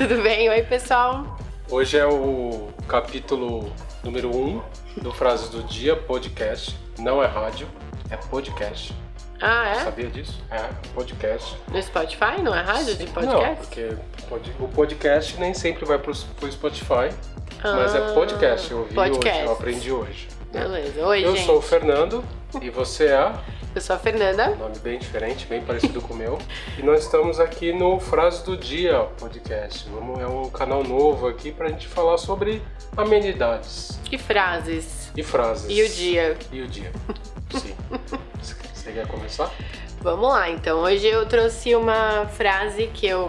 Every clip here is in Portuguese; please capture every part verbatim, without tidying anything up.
tudo bem? Oi, pessoal. Hoje é o capítulo número um do Frases do Dia Podcast. Não é rádio, é podcast. Ah, é? Sabia disso? É, podcast. No Spotify? Não é rádio de podcast? Não, porque o podcast nem sempre vai pro, pro Spotify, ah, mas é podcast. Eu ouvi podcast. hoje, eu aprendi hoje. Beleza. Oi, eu gente. Eu sou o Fernando e você é a... Eu sou a Fernanda. Um nome bem diferente, bem parecido com o meu. E nós estamos aqui no Frases do Dia Podcast. É um canal novo aqui pra gente falar sobre amenidades. E frases. E frases. E o dia. E o dia, sim. Você quer começar? Vamos lá, então. Hoje eu trouxe uma frase que eu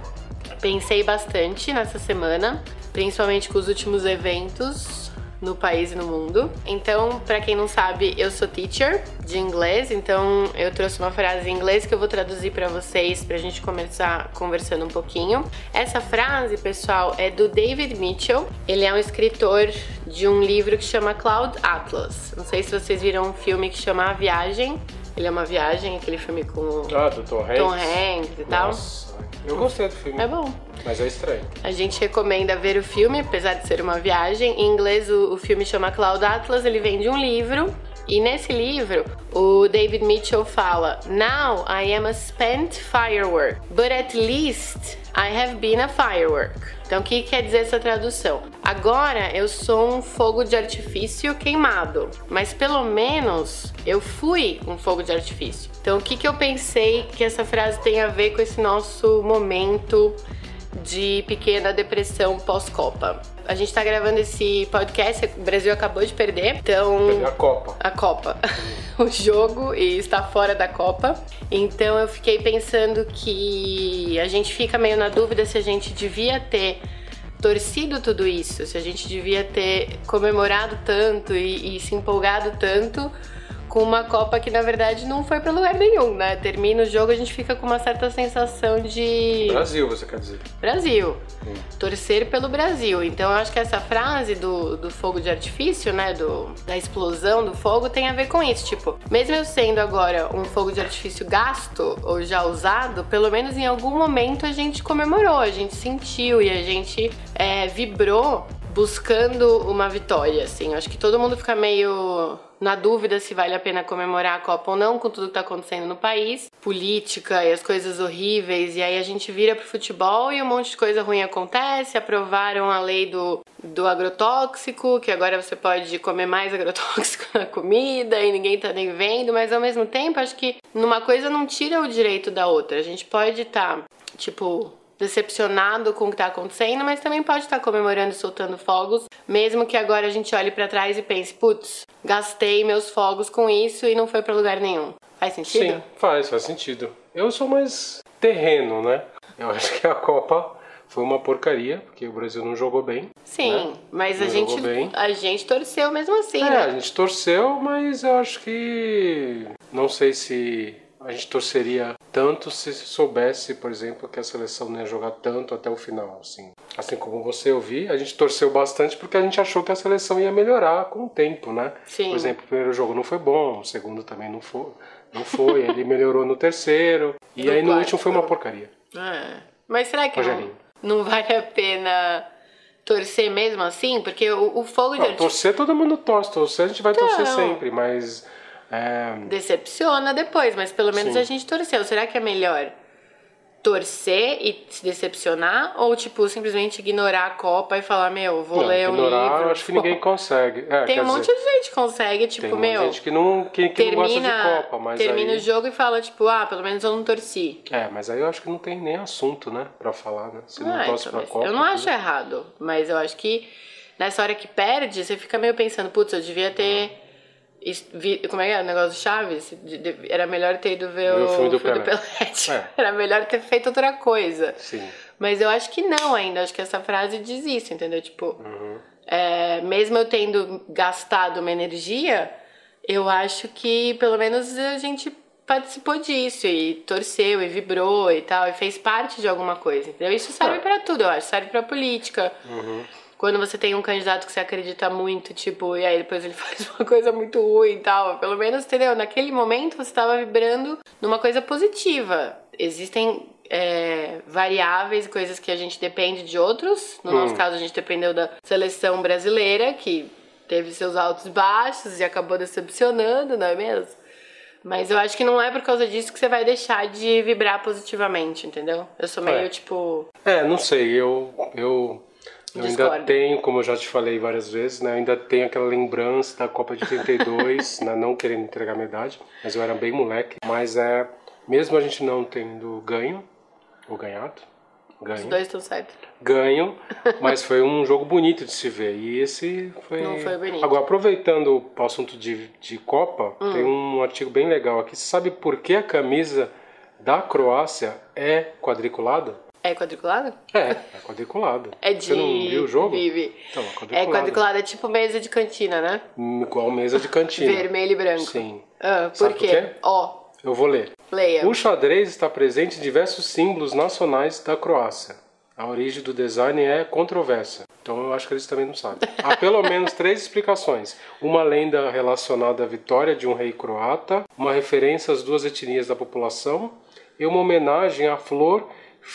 pensei bastante nessa semana, principalmente com os últimos eventos no país e no mundo. Então, pra quem não sabe, eu sou teacher de inglês, então eu trouxe uma frase em inglês que eu vou traduzir pra vocês, pra gente começar conversando um pouquinho. Essa frase, pessoal, é do David Mitchell. Ele é um escritor de um livro que chama Cloud Atlas. Não sei se vocês viram um filme que chama A Viagem. Ele é uma viagem, aquele filme com ah, do Tom Hanks, Tom Hanks e tal. Nossa, eu gostei do filme. É bom. Mas é estranho. A gente recomenda ver o filme, apesar de ser uma viagem. Em inglês, o, o filme chama Cloud Atlas, ele vem de um livro. E nesse livro, o David Mitchell fala: Now I am a spent firework, but at least I have been a firework. Então, o que quer dizer essa tradução? Agora eu sou um fogo de artifício queimado, mas pelo menos eu fui um fogo de artifício. Então, o que, que eu pensei que essa frase tem a ver com esse nosso momento de pequena depressão pós-Copa? A gente tá gravando esse podcast, o Brasil acabou de perder, então... Perder a Copa. A Copa. O jogo, e está fora da Copa. Então eu fiquei pensando que a gente fica meio na dúvida se a gente devia ter torcido tudo isso, se a gente devia ter comemorado tanto e, e se empolgado tanto com uma Copa que, na verdade, não foi pra lugar nenhum, né? Termina o jogo, a gente fica com uma certa sensação de... Brasil, você quer dizer? Brasil. Hum. Torcer pelo Brasil. Então, eu acho que essa frase do, do fogo de artifício, né? Do, da explosão do fogo, tem a ver com isso. Tipo, mesmo eu sendo agora um fogo de artifício gasto ou já usado, pelo menos em algum momento a gente comemorou, a gente sentiu e a gente é, vibrou buscando uma vitória, assim. Eu acho que todo mundo fica meio na dúvida se vale a pena comemorar a Copa ou não, com tudo que tá acontecendo no país, política e as coisas horríveis, e aí a gente vira pro futebol e um monte de coisa ruim acontece. Aprovaram a lei do, do agrotóxico, que agora você pode comer mais agrotóxico na comida e ninguém tá nem vendo, mas ao mesmo tempo acho que numa coisa não tira o direito da outra. A gente pode estar, tá, tipo... decepcionado com o que tá acontecendo, mas também pode estar comemorando e soltando fogos, mesmo que agora a gente olhe pra trás e pense, putz, gastei meus fogos com isso e não foi pra lugar nenhum. Faz sentido? Sim, faz, faz sentido. Eu sou mais terreno, né? Eu acho que a Copa foi uma porcaria, porque o Brasil não jogou bem. Sim, né? mas não a gente, a gente torceu mesmo assim, é, né? a gente torceu, mas eu acho que... Não sei se... a gente torceria tanto se soubesse, por exemplo, que a seleção não ia jogar tanto até o final, assim. Assim como você ouviu, a gente torceu bastante porque a gente achou que a seleção ia melhorar com o tempo, né? Sim. Por exemplo, o primeiro jogo não foi bom, o segundo também não foi, não foi. Ele melhorou no terceiro, e no aí no quarto. último foi uma porcaria. É. Mas será que não, Rogerinho. não vale a pena torcer mesmo assim? Porque o, o fogo de Não, artifício... torcer todo mundo torce, torcer a gente vai Não. torcer sempre, mas... É... decepciona depois, mas pelo menos Sim. a gente torceu. Será que é melhor torcer e se decepcionar ou, tipo, simplesmente ignorar a Copa e falar, meu, vou não, ler um ignorar, livro? eu acho que ninguém consegue. É, tem um monte dizer, de gente que consegue, tipo, tem meu... Tem gente que não, que, que termina, não gosta de Copa, mas termina aí... o jogo e fala, tipo, ah, pelo menos eu não torci. É, mas aí eu acho que não tem nem assunto, né, pra falar, né? Se não Ah, torce então, pra Copa... eu não acho errado, mas eu acho que nessa hora que perde, você fica meio pensando, putz, eu devia ter... Como é que é o negócio do Chaves? Era melhor ter ido ver o, o filme do Pelé. Do Pelé. É. Era melhor ter feito outra coisa. Sim. Mas eu acho que não ainda. Acho que essa frase diz isso, entendeu? Tipo, uhum. é, mesmo eu tendo gastado uma energia, eu acho que pelo menos a gente participou disso e torceu e vibrou e tal, e fez parte de alguma coisa, entendeu? Isso serve é. pra tudo, eu acho. Serve pra política. Uhum. Quando você tem um candidato que você acredita muito, tipo, e aí depois ele faz uma coisa muito ruim e tal, pelo menos, entendeu? Naquele momento você estava vibrando numa coisa positiva. Existem é, variáveis, coisas que a gente depende de outros. No hum. nosso caso, a gente dependeu da seleção brasileira, que teve seus altos e baixos e acabou decepcionando, não é mesmo? Mas eu acho que não é por causa disso que você vai deixar de vibrar positivamente, entendeu? Eu sou meio, é. tipo... É, não sei, eu... eu... Eu ainda tenho, como eu já te falei várias vezes, né, eu ainda tenho aquela lembrança da Copa de oitenta e dois, né, não querendo entregar minha idade, mas eu era bem moleque. Mas é, mesmo a gente não tendo ganho, ou ganhado, ganho. Os dois estão certos. Ganho, mas foi um jogo bonito de se ver. E esse foi... Não foi bonito. Agora, aproveitando o assunto de, de Copa, hum. tem um artigo bem legal aqui. Você sabe por que a camisa da Croácia é quadriculada? É quadriculada? É, é quadriculada. É de... Você não viu o jogo? Vive. Então, é quadriculada. É quadriculada, é tipo mesa de cantina, né? Igual mesa de cantina. Vermelho e branco. Sim. Ah, por Sabe quê? por quê? Ó. Eu vou ler. Leia. O xadrez está presente em diversos símbolos nacionais da Croácia. A origem do design é controversa. Então eu acho que eles também não sabem. Há pelo menos três explicações. Uma lenda relacionada à vitória de um rei croata, uma referência às duas etnias da população e uma homenagem à flor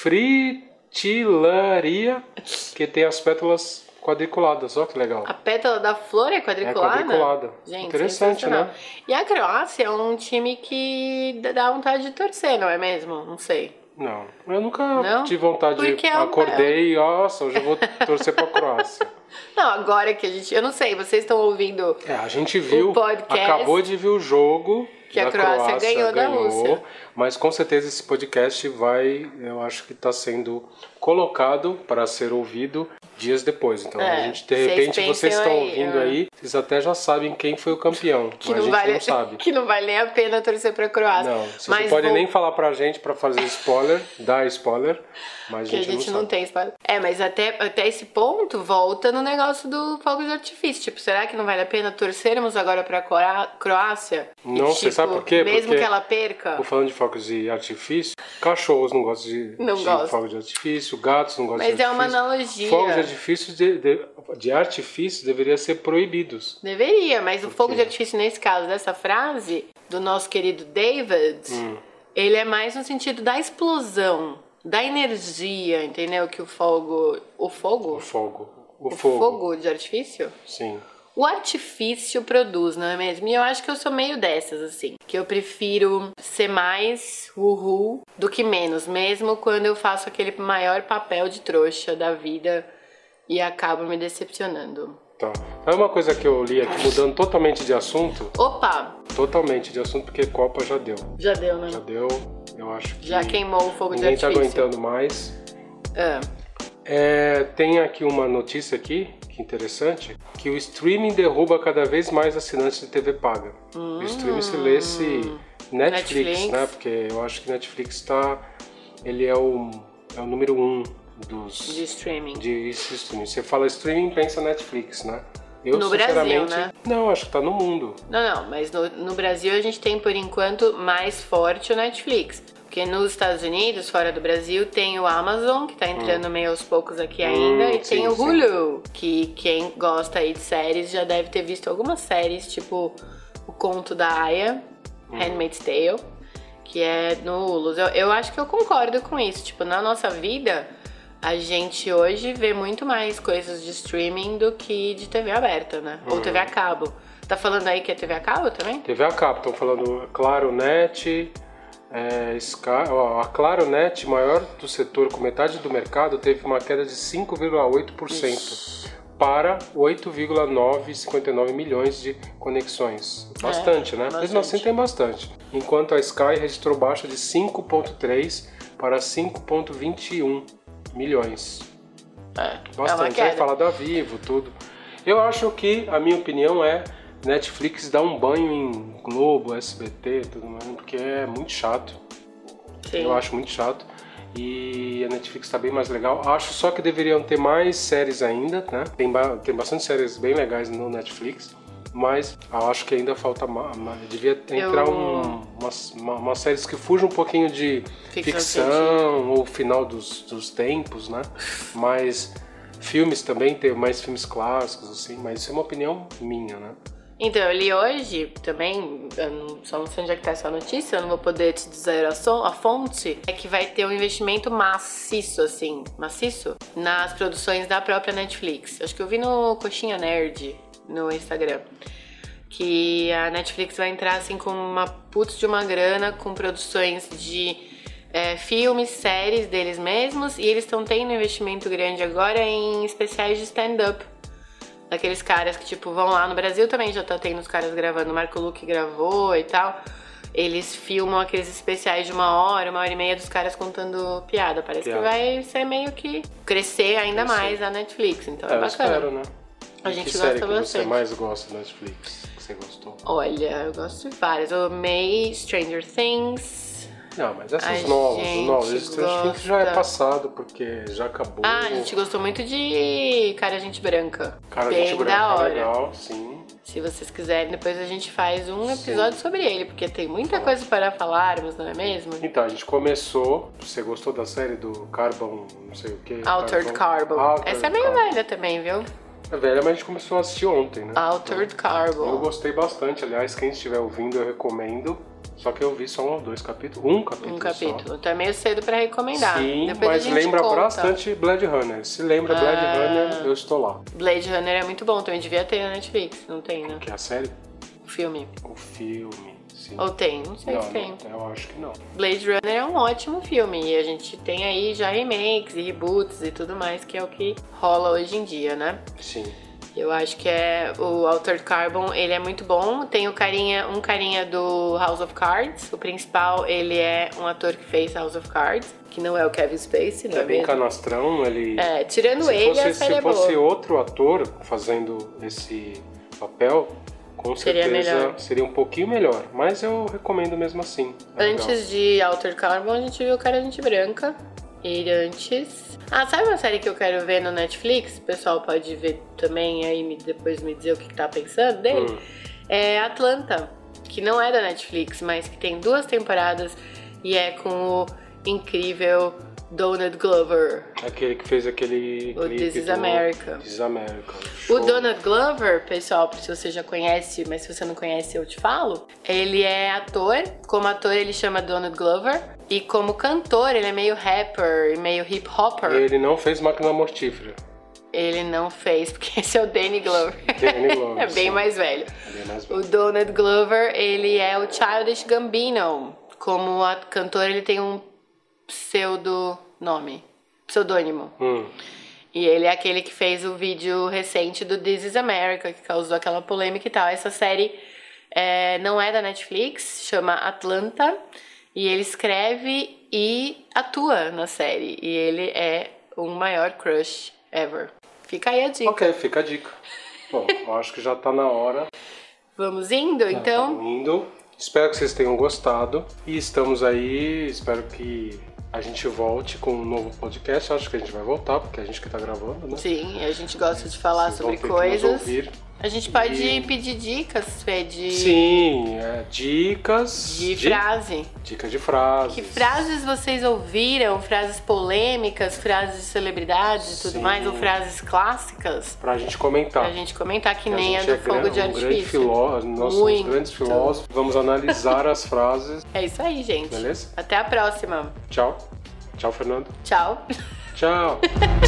fritillaria, que tem as pétalas quadriculadas. Olha que legal. A pétala da flor é quadriculada? É quadriculada. Gente, interessante, né? E a Croácia é um time que dá vontade de torcer, não é mesmo? Não sei. Não, eu nunca não? tive vontade Porque de... É um... Acordei e, nossa, hoje eu vou torcer pra Croácia. Não, agora que a gente... Eu não sei, vocês estão ouvindo É, a gente viu, o podcast, acabou de ver o jogo que da a Croácia, Croácia ganhou, ganhou da Rússia. Mas com certeza esse podcast vai, eu acho que está sendo colocado para ser ouvido dias depois. Então é, a gente, de repente, vocês estão aí, ouvindo é. aí, vocês até já sabem quem foi o campeão, que mas não a gente vale, não sabe. Que não vale nem a pena torcer pra Croácia. Não, você mas não pode vou... nem falar pra gente pra fazer spoiler, dar spoiler, mas a gente, que a gente não, não sabe. tem spoiler. É, mas até, até esse ponto volta no negócio do fogo de artifício. Tipo, será que não vale a pena torcermos agora pra Croácia? Não, e, você tipo, sabe por quê? Mesmo Porque, que ela perca. falando de fogos de artifício, cachorros não gostam de, não de gosto. fogos de artifício, gatos não gostam mas de artifício. Mas é uma analogia. Fogos de artifício de, de, de artifício deveriam ser proibidos. Deveria, mas o fogo de artifício, nesse caso, dessa frase, do nosso querido David, hum. ele é mais no sentido da explosão, da energia, entendeu? Que o fogo... O fogo? O fogo. O, o fogo. fogo de artifício? Sim. O artifício produz, não é mesmo? E eu acho que eu sou meio dessas, assim. Que eu prefiro ser mais uhul do que menos. Mesmo quando eu faço aquele maior papel de trouxa da vida e acabo me decepcionando. Tá. Sabe uma coisa que eu li aqui, mudando totalmente de assunto? Opa! Totalmente de assunto, porque Copa já deu. Já deu, né? Já deu, eu acho que... Já queimou o fogo de ninguém tá artifício. aguentando mais. É. É, tem aqui uma notícia aqui, que interessante, que o streaming derruba cada vez mais assinantes de T V paga. Hum, o streaming se lê-se Netflix, Netflix, né? Porque eu acho que Netflix tá... Ele é o, é o número um dos... De streaming. De streaming. Você fala streaming, pensa Netflix, né? Eu, no Brasil, né? Não, acho que tá no mundo. Não, não, mas no, no Brasil a gente tem, por enquanto, mais forte o Netflix. Porque nos Estados Unidos, fora do Brasil, tem o Amazon, que tá entrando hum. meio aos poucos aqui ainda, hum, e sim, tem o Hulu, sim. que quem gosta aí de séries já deve ter visto algumas séries, tipo O Conto da Aya, hum. Handmaid's Tale, que é no Hulu. Eu, eu acho que eu concordo com isso. Tipo, na nossa vida, a gente hoje vê muito mais coisas de streaming do que de T V aberta, né? Hum. Ou T V a cabo. Tá falando aí que é T V a cabo também? T V a cabo, estão falando Claro Net... É, Sky, ó, a Claro Net, maior do setor com metade do mercado, teve uma queda de cinco vírgula oito por cento para oito vírgula novecentos e cinquenta e nove milhões de conexões. Bastante, é, né? Bastante. Mesmo assim tem bastante. Enquanto a Sky registrou baixa de cinco vírgula três para cinco vírgula vinte e um milhões. É, bastante. É Aí falar da Vivo, tudo. Eu acho que, a minha opinião é Netflix dá um banho em Globo, S B T, tudo mais, porque é muito chato. Sim. Eu acho muito chato. E a Netflix tá bem mais legal. Acho só que deveriam ter mais séries ainda, né? Tem, ba tem bastante séries bem legais no Netflix, mas eu acho que ainda falta mais. Devia entrar eu... um, umas, uma, umas séries que fujam um pouquinho de ficção, ficção ou final dos, dos tempos, né? Mas filmes também, ter mais filmes clássicos, assim, mas isso é uma opinião minha, né? Então, eu li hoje também, eu não, só não sei onde é que tá essa notícia, eu não vou poder te dizer a, so, a fonte, é que vai ter um investimento maciço, assim, maciço, nas produções da própria Netflix. Acho que eu vi no Coxinha Nerd, no Instagram, que a Netflix vai entrar, assim, com uma putz de uma grana, com produções de é, filmes, séries deles mesmos, e eles estão tendo um investimento grande agora em especiais de stand-up. Daqueles caras que, tipo, vão lá no Brasil também, já tá tendo os caras gravando, o Marco Luque gravou e tal. Eles filmam aqueles especiais de uma hora, uma hora e meia dos caras contando piada. Parece piada. Que vai ser meio que crescer ainda crescer. mais a Netflix, então é, é bacana. Eu espero, né? A gente que gosta série que bastante. você mais gosta da Netflix? Que você gostou? Olha, eu gosto de várias. Eu amei Stranger Things. Não, mas essas a novas, os novos, Stranger Things já é passado, porque já acabou. Ah, a gente gostou muito de Cara Gente Branca. Cara Bem Gente Branca, da hora. legal, sim. Se vocês quiserem, depois a gente faz um episódio sim. sobre ele, porque tem muita coisa para falarmos, não é mesmo? Então, a gente começou, você gostou da série do Carbon, não sei o que? Altered Carbon. Carbon. Altered Essa é meio Carbon. velha também, viu? É velha, mas a gente começou a assistir ontem, né? Altered então, Carbon. Eu gostei bastante, aliás, quem estiver ouvindo eu recomendo. Só que eu vi só um ou dois capítulos. Um capítulo Um capítulo. Só. Então é meio cedo pra recomendar. Sim, depois mas a gente lembra conta. bastante Blade Runner. Se lembra ah, Blade Runner, eu estou lá. Blade Runner é muito bom, também devia ter na Netflix. Não tem, né? Que é a série? O filme. O filme, sim. Ou tem? Não sei não, se tem. Não, eu acho que não. Blade Runner é um ótimo filme. E a gente tem aí já remakes e reboots e tudo mais, que é o que rola hoje em dia, né? Sim. Eu acho que é o Altered Carbon, ele é muito bom. Tem o carinha, um carinha do House of Cards. O principal, ele é um ator que fez House of Cards, que não é o Kevin Spacey, não é, é bem mesmo? canastrão, ele... É, tirando se ele, fosse, a série Se é fosse boa. outro ator fazendo esse papel, com Seria certeza melhor. seria um pouquinho melhor. Mas eu recomendo mesmo assim. É Antes legal. de Altered Carbon, a gente viu Cara Gente Branca. E antes... Ah, sabe uma série que eu quero ver no Netflix? O pessoal pode ver também aí me, depois me dizer o que, que tá pensando dele. Hum. É Atlanta, que não é da Netflix, mas que tem duas temporadas e é com o incrível Donald Glover. Aquele que fez aquele o clipe This is do America. This is America. O Donald Glover, pessoal, se você já conhece, mas se você não conhece eu te falo, ele é ator. Como ator ele chama Donald Glover. E como cantor ele é meio rapper e meio hip hopper. Ele não fez Máquina Mortífera. Ele não fez, porque esse é o Danny Glover. Danny Glover, é bem sim. mais velho. É bem mais velho. O Donald Glover, ele é o Childish Gambino. Como a cantor, ele tem um pseudonome, pseudônimo. Hum. E ele é aquele que fez o vídeo recente do This is America, que causou aquela polêmica e tal. Essa série é, não é da Netflix, chama Atlanta. E ele escreve e atua na série. E ele é o maior crush ever. Fica aí a dica. Ok, fica a dica. Bom, eu acho que já tá na hora. Vamos indo, já então? Vamos indo. Espero que vocês tenham gostado. E estamos aí, espero que a gente volte com um novo podcast. Acho que a gente vai voltar, porque é a gente que tá gravando, né? Sim, a gente gosta de falar vocês sobre vão ter coisas. Que nos ouvir. A gente pode e... pedir dicas, Fê, de... Sim, é, dicas... De, de frase. Dicas de frases. Que frases vocês ouviram? Frases polêmicas, frases de celebridades e tudo Sim. mais, ou frases clássicas? Pra gente comentar. Pra gente comentar, que, que nem a, a do é fogo gran, de um artifício. Grande filó... Nós somos grandes filósofos. Vamos analisar as frases. É isso aí, gente. Beleza? Até a próxima. Tchau. Tchau, Fernando. Tchau. Tchau.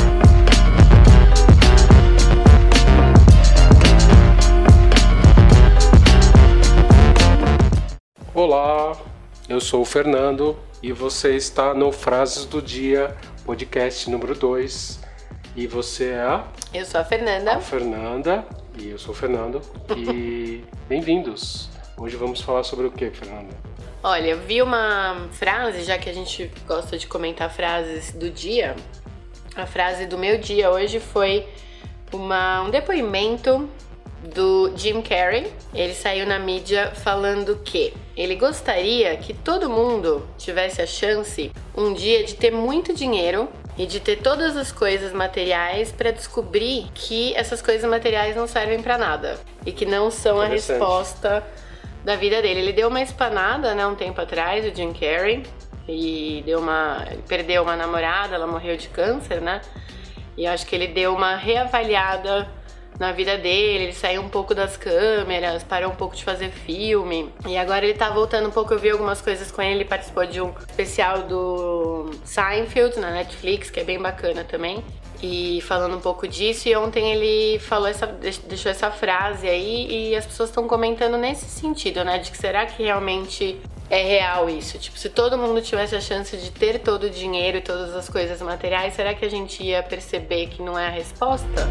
Olá, eu sou o Fernando e você está no Frases do Dia, podcast número dois. E você é a... Eu sou a Fernanda. A Fernanda e eu sou o Fernando. E bem-vindos. Hoje vamos falar sobre o que, Fernanda? Olha, eu vi uma frase, já que a gente gosta de comentar frases do dia. A frase do meu dia hoje foi uma, um depoimento do Jim Carrey. Ele saiu na mídia falando que ele gostaria que todo mundo tivesse a chance um dia de ter muito dinheiro e de ter todas as coisas materiais para descobrir que essas coisas materiais não servem para nada e que não são a resposta da vida dele. Ele deu uma espanada, né, um tempo atrás, o Jim Carrey, e deu uma, ele perdeu uma namorada, ela morreu de câncer, né? E eu acho que ele deu uma reavaliada na vida dele, ele saiu um pouco das câmeras, parou um pouco de fazer filme. E agora ele tá voltando um pouco, eu vi algumas coisas com ele, ele participou de um especial do Seinfeld na Netflix, que é bem bacana também. E falando um pouco disso, e ontem ele falou essa, deixou essa frase aí, e as pessoas estão comentando nesse sentido, né? De que será que realmente é real isso? Tipo, se todo mundo tivesse a chance de ter todo o dinheiro e todas as coisas materiais, será que a gente ia perceber que não é a resposta?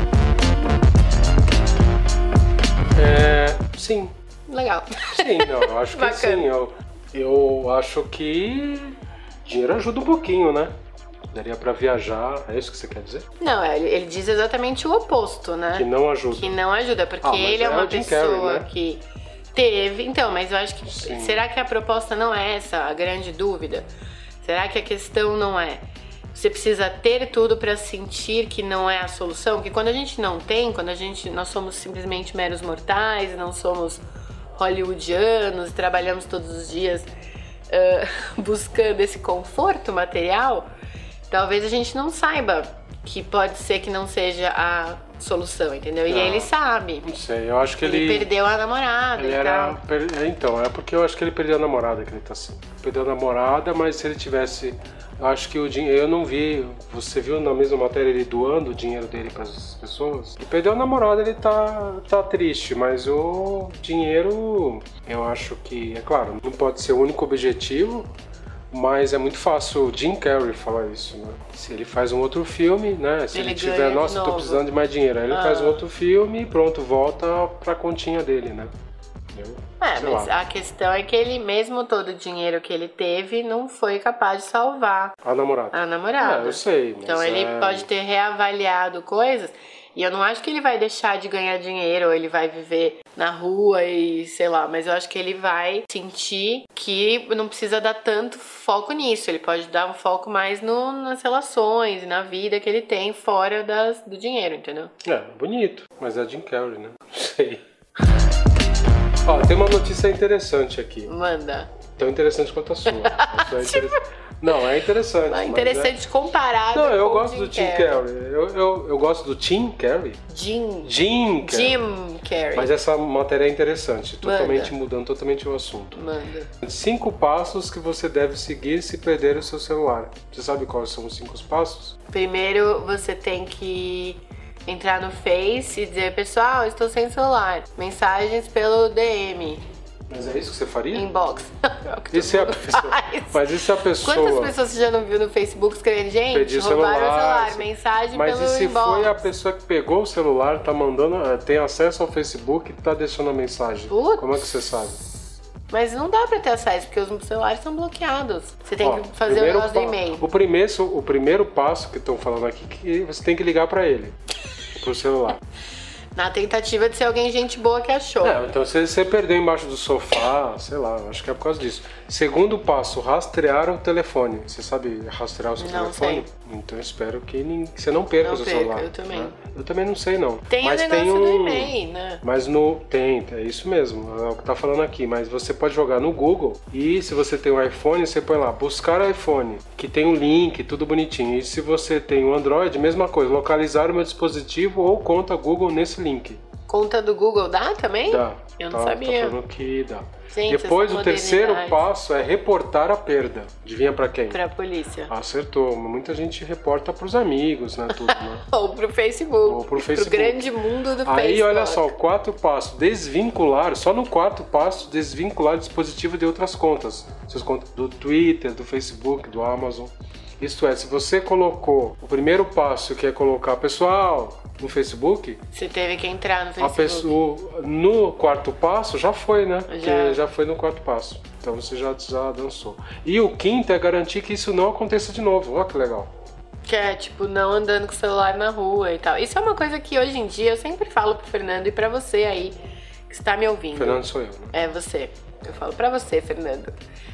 É, sim. Legal. Sim, não, eu acho que Bacana. sim. Eu, eu acho que dinheiro ajuda um pouquinho, né? Daria pra viajar, é isso que você quer dizer? Não, ele, ele diz exatamente o oposto, né? Que não ajuda. Que não ajuda, porque Ah, mas ele é é uma o Jim pessoa Carrey, né? que teve... Então, mas eu acho que... Sim. Será que a proposta não é essa, a grande dúvida? Será que a questão não é... Você precisa ter tudo pra sentir que não é a solução? Que quando a gente não tem, quando a gente... Nós somos simplesmente meros mortais, não somos hollywoodianos, trabalhamos todos os dias uh, buscando esse conforto material... Talvez a gente não saiba que pode ser que não seja a solução, entendeu? E Não, ele sabe. Não sei, eu acho que ele... Ele perdeu a namorada Ele e era... tal. per- Então, é porque eu acho que ele perdeu a namorada que ele tá assim. Perdeu a namorada, mas se ele tivesse... Eu acho que o dinheiro... Eu não vi... Você viu na mesma matéria ele doando o dinheiro dele pras pessoas? Ele perdeu a namorada, ele tá, tá triste, mas o dinheiro... Eu acho que... É claro, não pode ser o único objetivo... Mas é muito fácil o Jim Carrey falar isso, né? Se ele faz um outro filme, né? Se ele, Ele tiver, ganha de nossa, tô novo. precisando de mais dinheiro. Aí ele Ah. faz um outro filme e pronto, volta pra continha dele, né? Entendeu? É, Sei mas lá. a questão é que ele, mesmo todo o dinheiro que ele teve, não foi capaz de salvar A namorada. a namorada. É, eu sei, mas Então ele é- pode ter reavaliado coisas. E eu não acho que ele vai deixar de ganhar dinheiro, ou ele vai viver na rua e sei lá, mas eu acho que ele vai sentir que não precisa dar tanto foco nisso. Ele pode dar um foco mais no, nas relações e na vida que ele tem fora das, do dinheiro, entendeu? É, bonito, mas é Jim Carrey, né? Não sei. Ó, tem uma notícia interessante aqui. Manda. Tão interessante quanto a sua. A sua é interess- Não, é interessante. É mas interessante comparado Não, eu com gosto o do Tim Carrey. Eu, eu, eu gosto do Tim Carrey. Jim. Jim Carrey. Jim Carrey. Mas essa matéria é interessante, Manda. totalmente mudando totalmente o assunto. Manda. Cinco passos que você deve seguir se perder o seu celular. Você sabe quais são os cinco passos? Primeiro você tem que entrar no Face e dizer, pessoal, estou sem celular. Mensagens pelo D M, Mas é isso que você faria? inbox. É o que E se a todo mundo pessoa... faz. Mas e se a pessoa... Quantas pessoas você já não viu no Facebook escrevendo, gente, Perdi o roubaram celular, o celular, se- mensagem Mas pelo e se inbox. foi a pessoa que pegou o celular, tá mandando, eh, tem acesso ao Facebook e tá deixando a mensagem? Putz. Como é que você sabe? Mas não dá pra ter acesso, porque os celulares são bloqueados. Você tem Ó, que fazer o primeiro negócio do pa- e-mail. O primeiro, o primeiro passo que estão falando aqui é que você tem que ligar pra ele, pro celular. Na tentativa de ser alguém gente boa que achou. É, então se você perdeu embaixo do sofá, sei lá, acho que é por causa disso. Segundo passo, rastrear o telefone. Você sabe rastrear o seu Não telefone? Então eu espero que, nin- que você não perca Não o seu perca, celular. eu também. né? Eu também não sei não. Tem Mas o negócio tem um... do e-mail, né? Mas no. Tem, é isso mesmo, é o que tá falando aqui. Mas você pode jogar no Google e se você tem um iPhone, você põe lá, buscar iPhone, que tem um link, tudo bonitinho. E se você tem um Android, mesma coisa, localizar o meu dispositivo ou conta Google nesse link. Conta do Google dá também? Dá. Eu não Tá- sabia. Tá falando que dá. Gente, Depois, essa o terceiro modernidade. passo é reportar a perda. Adivinha pra quem? Pra polícia. Acertou. Muita gente reporta pros amigos, né? Tudo, né? Ou pro Facebook. Ou pro Facebook. grande mundo do Aí, Facebook. olha só, o quarto passo, desvincular, só no quarto passo, desvincular o dispositivo de outras contas. Suas contas do Twitter, do Facebook, do Amazon. Isto é, se você colocou o primeiro passo, que é colocar pessoal no Facebook, Você teve que entrar no a Facebook. pessoa no quarto passo já foi, né? Porque Já. já foi no quarto passo. Então você já, já dançou. E o quinto é garantir que isso não aconteça de novo. Olha que legal. Que é, tipo, não andando com o celular na rua e tal. Isso é uma coisa que hoje em dia eu sempre falo pro Fernando e pra você aí que está me ouvindo. Fernando sou eu, né? É você. Eu falo pra você, Fernando.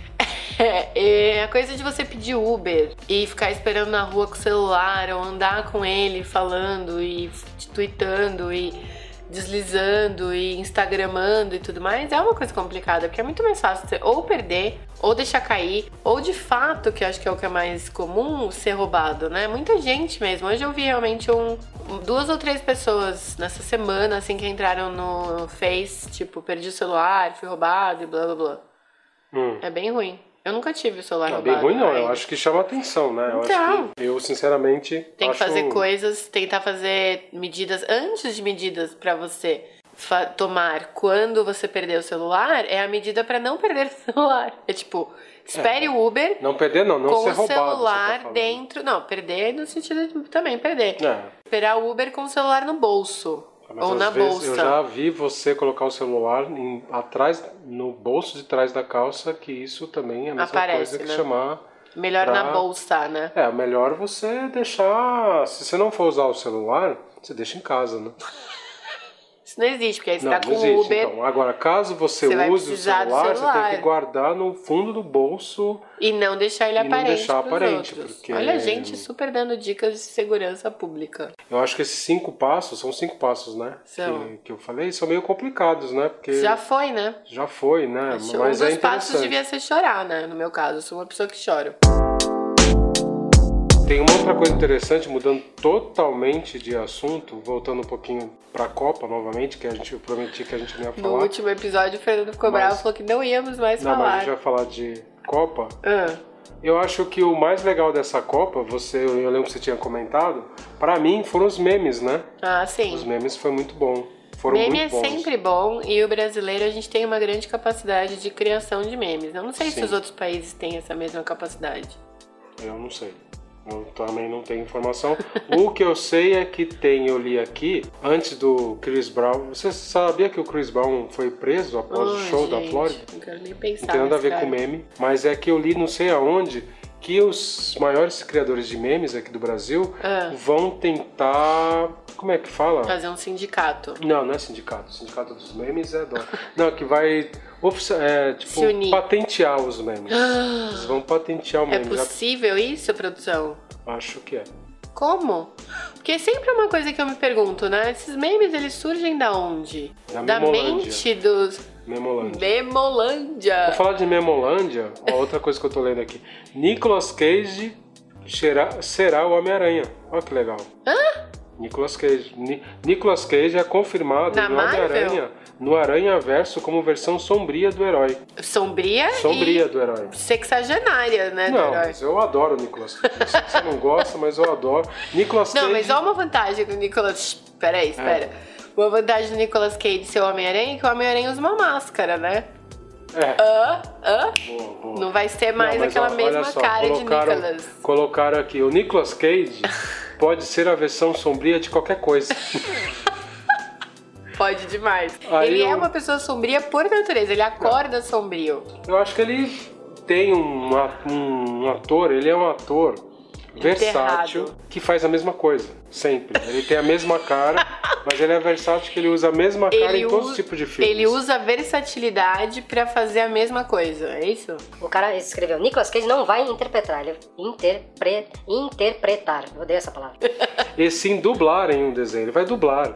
É, é a coisa de você pedir Uber e ficar esperando na rua com o celular ou andar com ele falando e tweetando e... deslizando e instagramando e tudo mais, é uma coisa complicada, porque é muito mais fácil você ou perder, ou deixar cair, ou de fato, que eu acho que é o que é mais comum, ser roubado, né? Muita gente mesmo. Hoje eu vi realmente um, duas ou três pessoas nessa semana, assim, que entraram no Face, tipo, perdi o celular, fui roubado e blá blá blá. Hum. É bem ruim. Eu nunca tive o celular não, roubado. Bem ruim não, eu acho que chama atenção, né? Eu então, acho que eu, sinceramente, tem que acho... fazer coisas, tentar fazer medidas, antes de medidas pra você tomar quando você perder o celular, é a medida pra não perder o celular. É tipo, espere é, o Uber... Não perder não, não com ser o roubado. celular tá dentro... Não, perder no sentido de também perder. É. Esperar o Uber com o celular no bolso. Mas ou às na vezes bolsa. Eu já vi você colocar o celular em, atrás, no bolso de trás da calça, que isso também é a mesma Aparece, coisa que né? chamar... Melhor pra... na bolsa, né? É, melhor você deixar... Se você não for usar o celular, você deixa em casa, né? Isso não existe, porque aí você não, tá com não existe, o Uber... Então. Agora, caso você, você use o celular, celular, você tem que guardar no fundo do bolso... E não deixar ele e aparente não deixar pros aparente, outros. porque... Olha a gente super dando dicas de segurança pública. Eu acho que esses cinco passos, são cinco passos, né? São. Que, que eu falei, são meio complicados, né? Porque já foi, né? Já foi, né? Acho Mas um é dos passos interessante. devia ser chorar, né? No meu caso, eu sou uma pessoa que chora. Tem uma outra coisa interessante, mudando totalmente de assunto, voltando um pouquinho pra Copa novamente, que a gente, eu prometi que a gente não ia falar. No último episódio, o Fernando ficou mas... bravo e falou que não íamos mais não, falar. Não, mas a gente vai falar de Copa. Ah. Eu acho que o mais legal dessa Copa, você, eu lembro que você tinha comentado, pra mim foram os memes, né? Ah, sim. Os memes foi muito bom. Foram Meme muito é bons. sempre bom e o brasileiro, a gente tem uma grande capacidade de criação de memes. Eu não sei Sim. se os outros países têm essa mesma capacidade. Eu não sei. Eu também não tenho informação. O que eu sei é que tem, eu li aqui, antes do Chris Brown. Você sabia que o Chris Brown foi preso após oh, o show gente, da Flórida? Não quero nem pensar. Não tem nada a ver cara. com meme, mas é que eu li não sei aonde que os maiores criadores de memes aqui do Brasil ah. vão tentar... Como é que fala? Fazer um sindicato. Não, não é sindicato. O sindicato dos memes é... Do... Não, que vai... É, tipo, se unir. Patentear os memes. Eles vão patentear o meme. É possível isso, produção? Acho que é. Como? Porque sempre é uma coisa que eu me pergunto, né? Esses memes, eles surgem da onde? Da, da mente dos... Memolândia. Memolândia. Vou falar de Memolândia, ó, outra coisa que eu tô lendo aqui. Nicolas Cage será, será o Homem-Aranha. Olha que legal. Hã? Nicolas Cage. Ni, Nicolas Cage é confirmado Na no Homem-Aranha, no Aranha-Verso, como versão sombria do herói. Sombria, Sombria e do herói. sexagenária, né? Não, do herói. mas eu adoro o Nicolas Cage. Eu sei que você não gosta, mas eu adoro. Nicolas Cage... Não, mas olha uma vantagem do Nicolas... Peraí, espera. É. Uma vantagem do Nicolas Cage ser o Homem-Aranha é que o Homem-Aranha usa uma máscara, né? É. Ah, ah. Boa, boa. Não vai ser mais Não, aquela ó, mesma só, cara de Nicolas. Colocaram aqui, o Nicolas Cage pode ser a versão sombria de qualquer coisa. Pode demais. Aí ele eu... é uma pessoa sombria por natureza, ele acorda Não. sombrio. Eu acho que ele tem um, um ator, ele é um ator versátil Enterrado. Que faz a mesma coisa, sempre. Ele tem a mesma cara, mas ele é versátil que ele usa a mesma cara ele em todos os tipos de filmes. Ele usa a versatilidade pra fazer a mesma coisa, é isso? O cara escreveu, Nicolas Cage não vai interpretar, ele interpre... interpretar, eu odeio essa palavra. E sim dublar em um desenho, ele vai dublar.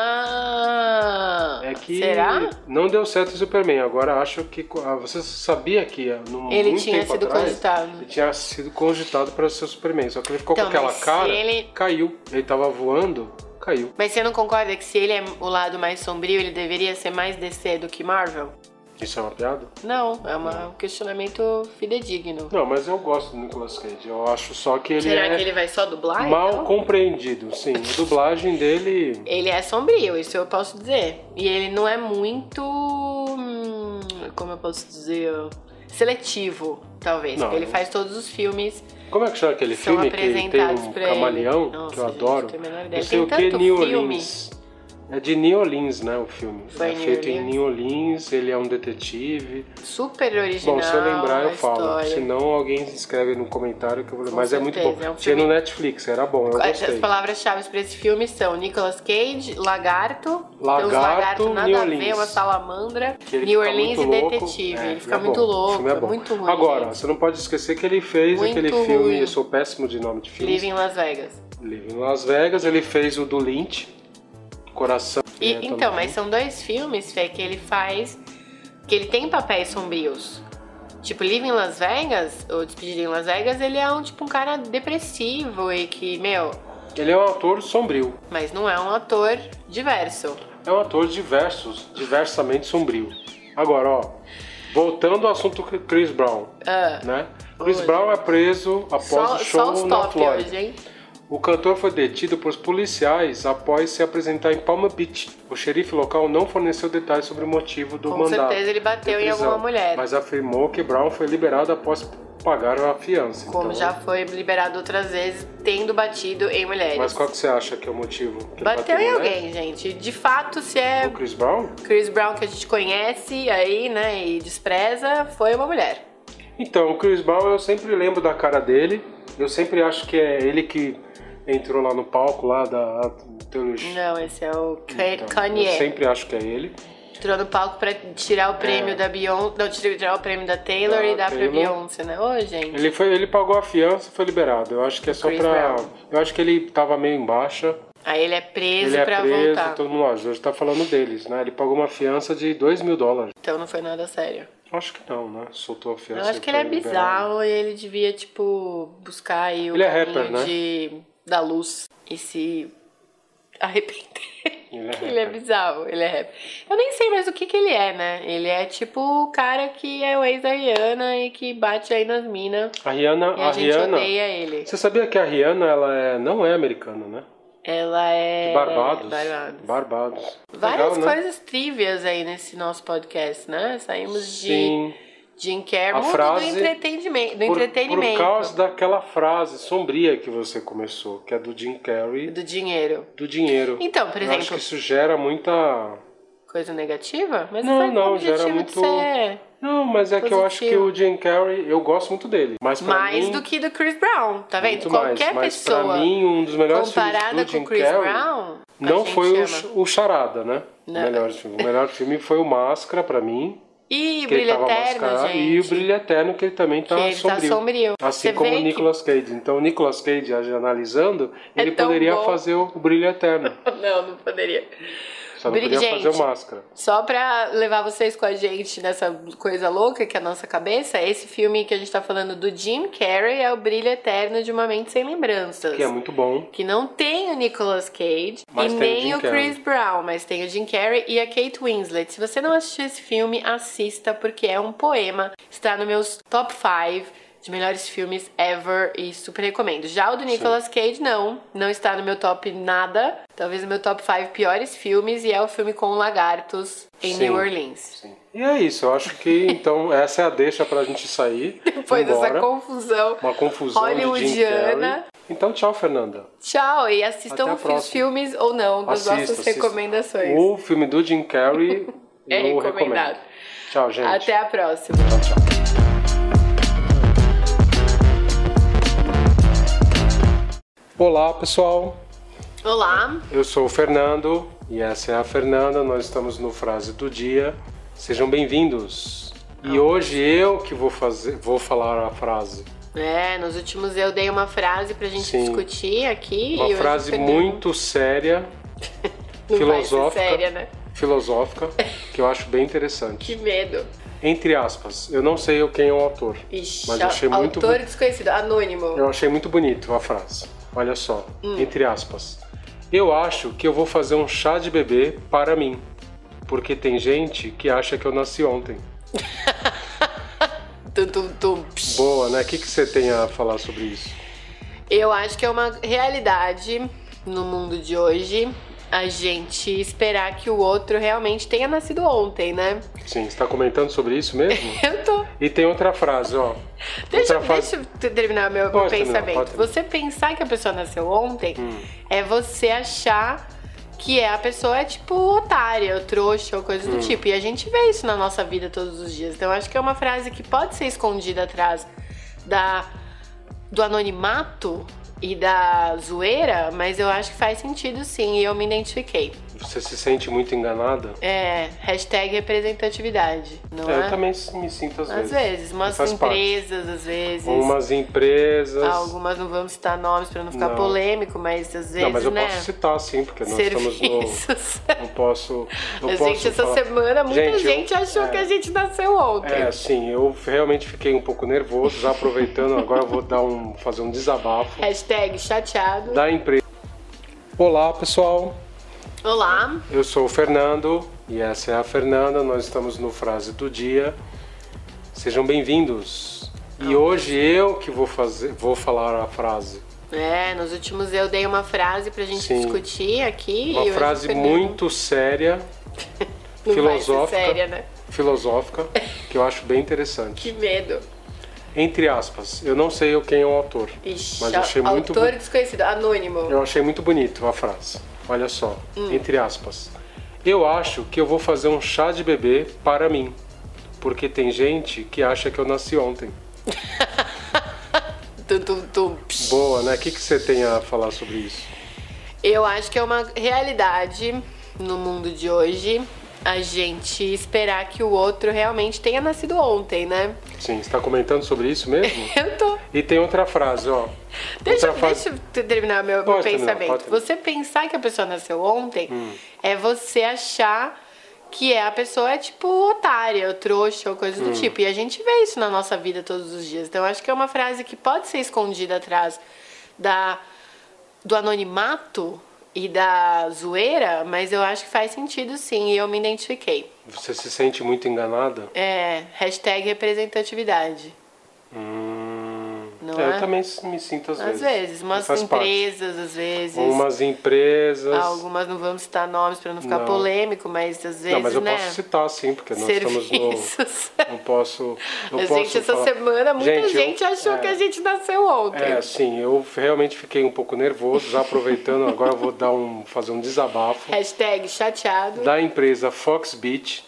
Ah, é que será? Não deu certo o Superman, agora acho que... Você sabia que no, ele muito tinha tempo sido atrás, cogitado. Ele tinha sido cogitado para ser o Superman, só que ele ficou então, com aquela cara, ele... caiu. Ele tava voando, caiu. Mas você não concorda que se ele é o lado mais sombrio, ele deveria ser mais D C do que Marvel? Isso é uma piada? Não, é uma, um questionamento fidedigno. Não, mas eu gosto do Nicolas Cage. Eu acho só que ele Será é que ele vai só dublar, mal então? compreendido, sim. A dublagem dele... Ele é sombrio, isso eu posso dizer. E ele não é muito... Hum, como eu posso dizer? Seletivo, talvez. Não, porque ele eu... faz todos os filmes... Como é que chama aquele são filme que tem um camaleão, Nossa, que eu gente, adoro? Não Eu sei o que tanto New filme. Orleans. É de New Orleans, né, o filme. Foi é New feito Orleans? em New Orleans, ele é um detetive. Super original. Bom, se eu lembrar eu a falo. história. Se não, alguém escreve no comentário que eu vou lembrar. Com Mas é muito bom. certeza, é um Tinha filme- no Netflix, era bom, eu gostei. As palavras-chave para esse filme são Nicolas Cage, Lagarto, Lagarto, tem uns lagartos nada New a ver, Orleans. uma salamandra, Que ele New fica Orleans muito e louco. detetive. É, ele fica é muito bom. O louco, filme é, é bom. muito ruim. Agora, gente. você não pode esquecer que ele fez Muito aquele filme, ruim. eu sou péssimo de nome de filme. Live em Las Vegas. Live em Las Vegas, ele fez o do Lynch, Coração. E, é então, também. mas são dois filmes, Fê, que ele faz... Que ele tem papéis sombrios. Tipo, Living em Las Vegas, ou Despedida em Las Vegas, ele é um, tipo, um cara depressivo e que, meu... Ele é um ator sombrio. Mas não é um ator diverso. É um ator diversos, diversamente sombrio. Agora, ó, voltando ao assunto Chris Brown, Ah, né? Chris hoje. Brown é preso após Só, o show só os na top Flórida. hoje, hein? O cantor foi detido por policiais após se apresentar em Palm Beach. O xerife local não forneceu detalhes sobre o motivo do Com mandato. certeza ele bateu de em prisão, alguma mulher. Mas afirmou que Brown foi liberado após pagar a fiança. Como Então, já foi liberado outras vezes, tendo batido em mulheres. Mas qual que você acha que é o motivo? Que ele Bateu em em mulher? alguém, gente. De fato, se é O Chris Brown? Chris Brown que a gente conhece aí, né, e despreza, foi uma mulher. Então, o Chris Brown, eu sempre lembro da cara dele. Eu sempre acho que é ele que entrou lá no palco lá da Taylor Swift. Não, esse é o Ka- Então, Kanye. eu sempre acho que é ele. Entrou no palco pra tirar o prêmio É. da Beyoncé. Não, tirar o prêmio da Taylor Da e dar Taylor. pra Beyoncé, né? Ô, gente. Ele, foi, ele pagou a fiança e foi liberado. Eu acho que é só Chris pra... Brown. Eu acho que ele tava meio em baixa. Aí ele é preso Ele é pra preso, voltar. todo mundo, ó, hoje tá falando deles, né? Ele pagou uma fiança de dois mil dólares. Então não foi nada sério. Acho que não, né? Soltou a fiança. Eu acho e que ele é foi liberado. bizarro e ele devia, tipo, buscar aí o Ele é caminho rapper, né? de, da luz e se arrepender. Ele é Ele é rapper. bizarro, ele é rapper. Eu nem sei mais o que que ele é, né? Ele é tipo o cara que é o ex da Rihanna e que bate aí nas minas. A Rihanna... E a, a gente Rihanna... odeia ele. Você sabia que a Rihanna, ela é, não é americana, né? Ela é... De Barbados. Barbados. Barbados. Várias Legal, né? coisas trivias aí nesse nosso podcast, né? Saímos Sim. de Jim Carrey, A mundo frase- do entretenimento. Do Por, entretenimento. por causa daquela frase sombria que você começou, que é do Jim Carrey, Do dinheiro. do dinheiro. Então, por Eu exemplo, acho que isso gera muita... coisa negativa? Mas Não, foi com o não, objetivo gera de muito- ser Não, mas é que eu acho que Positivo. o Jim Carrey, eu gosto muito dele. Mas pra mais mim, do que do Chris Brown, tá vendo? muito Qualquer mais. Mas pessoa pra mim, um dos melhores comparada filmes do com Jim o Chris Carrey Brown, a não gente foi o, ama. Ch- o Charada, né? O Não. melhor filme. O melhor filme foi o Máscara, pra mim. E Que ele Brilho tava Eterno, mascarado. gente. E o Brilho Eterno, que ele também tá que ele sombrio. tá sombrio. Assim Você como vê o que- Nicolas Cage. Então, o Nicolas Cage, analisando, É ele tão poderia bom. fazer o Brilho Eterno. Não, não poderia. Só não Brilho- podia fazer o gente, Máscara. Só pra levar vocês com a gente nessa coisa louca que é a nossa cabeça, esse filme que a gente tá falando do Jim Carrey é o Brilho Eterno de uma Mente Sem Lembranças. Que é muito bom. Que não tem o Nicolas Cage Mas e tem o nem Jim o Chris Brown, mas tem o Jim Carrey e a Kate Winslet. Se você não assistiu esse filme, assista, porque é um poema. Está nos meus top cinco de melhores filmes ever e super recomendo. Já o do Nicolas Cage, não. Não está no meu top nada. Talvez no meu top cinco piores filmes e é o filme com lagartos em Sim. New Orleans. Sim. E é isso, eu acho que então essa é a deixa pra gente sair. Depois embora. dessa confusão Uma confusão de Jim hollywoodiana. Carrey. Então, tchau, Fernanda. Tchau, e Até assistam a os próxima. filmes ou não das Assista, nossas assista. recomendações. O filme do Jim Carrey É eu recomendado. recomendo. Tchau, gente. Até a próxima. Tchau, tchau. Olá, pessoal. Olá. Eu sou o Fernando e essa é a Fernanda. Nós estamos no Frase do Dia. Sejam bem-vindos. E hoje eu que vou fazer, vou falar a frase. É, nos últimos eu dei uma frase pra gente Sim. discutir aqui. Uma e hoje frase o Fernando muito séria, não filosófica, vai ser séria, né? filosófica, que eu acho bem interessante. Que medo. Entre aspas, eu não sei quem é o autor, Ixi, mas eu achei muito autor bu- desconhecido, anônimo. eu achei muito bonito a frase. Olha só, Hum. entre aspas. Eu acho que eu vou fazer um chá de bebê para mim, porque tem gente que acha que eu nasci ontem. Tum, tum, tum. Psh. Boa, né? O que, que você tem a falar sobre isso? Eu acho que é uma realidade no mundo de hoje a gente esperar que o outro realmente tenha nascido ontem, né? Sim, você está comentando sobre isso mesmo? Eu tô. E tem outra frase, ó. Deixa, outra frase... deixa eu terminar meu, meu Pode terminar, pensamento. pode terminar. Você pensar que a pessoa nasceu ontem Hum. é você achar que é a pessoa é tipo otária, ou trouxa, ou coisa do Hum. tipo. E a gente vê isso na nossa vida todos os dias. Então eu acho que é uma frase que pode ser escondida atrás da, do anonimato e da zoeira, mas eu acho que faz sentido sim, e eu me identifiquei. Você se sente muito enganada? É, hashtag representatividade, não é, é? Eu também me sinto às vezes. Às vezes, umas Faz empresas, parte. às vezes. Umas empresas. Algumas não vamos citar nomes pra não ficar Não. polêmico, mas às vezes, Não, mas eu né? posso citar sim, porque nós Serviços. estamos no... Não posso... Não A posso gente, essa falar. semana, muita Gente, gente eu- achou é. que a gente nasceu ontem. É, sim, eu realmente fiquei um pouco nervoso, já aproveitando, agora eu vou dar um, fazer um desabafo Hashtag chateado. da empresa. Olá, pessoal. Olá. Eu sou o Fernando e essa é a Fernanda. Nós estamos no Frase do Dia. Sejam bem-vindos. E hoje eu que vou fazer, vou falar a frase. É, nos últimos eu dei uma frase pra gente Sim. discutir aqui. Uma e hoje frase o Fernando muito séria, não filosófica, vai ser séria, né? filosófica, que eu acho bem interessante. Que medo. Entre aspas, eu não sei quem é o autor, Ixi, mas eu achei muito autor desconhecido, anônimo. Eu achei muito bonito a frase. Olha só, Hum. entre aspas. Eu acho que eu vou fazer um chá de bebê para mim, porque tem gente que acha que eu nasci ontem. Tum, tum, tum. Psh. Boa, né? O que, que você tem a falar sobre isso? Eu acho que é uma realidade no mundo de hoje a gente esperar que o outro realmente tenha nascido ontem, né? Sim, você está comentando sobre isso mesmo? Eu tô. E tem outra frase, ó. Deixa, outra frase... deixa eu terminar meu, meu Pode terminar, pensamento. pode terminar. Você pensar que a pessoa nasceu ontem Hum. é você achar que é a pessoa é tipo otária, ou trouxa, ou coisa do Hum. tipo. E a gente vê isso na nossa vida todos os dias. Então eu acho que é uma frase que pode ser escondida atrás da, do anonimato e da zoeira, mas eu acho que faz sentido sim, e eu me identifiquei. Você se sente muito enganada? É, hashtag representatividade. Hum... Não é, é? Eu também me sinto às, Às vezes. vezes, umas Faz parte. empresas, às vezes. Umas empresas... Algumas não vamos citar nomes pra não ficar Não. polêmico, mas às vezes, Não, mas eu né? posso citar sim, porque nós estamos Serviços. no... Não posso... Não A posso gente, essa falar. semana, muita Gente, eu- gente achou é. que a gente nasceu ontem. É, sim, eu realmente fiquei um pouco nervoso, já aproveitando, agora eu vou dar um, fazer um desabafo Hashtag chateado. da empresa Foxbit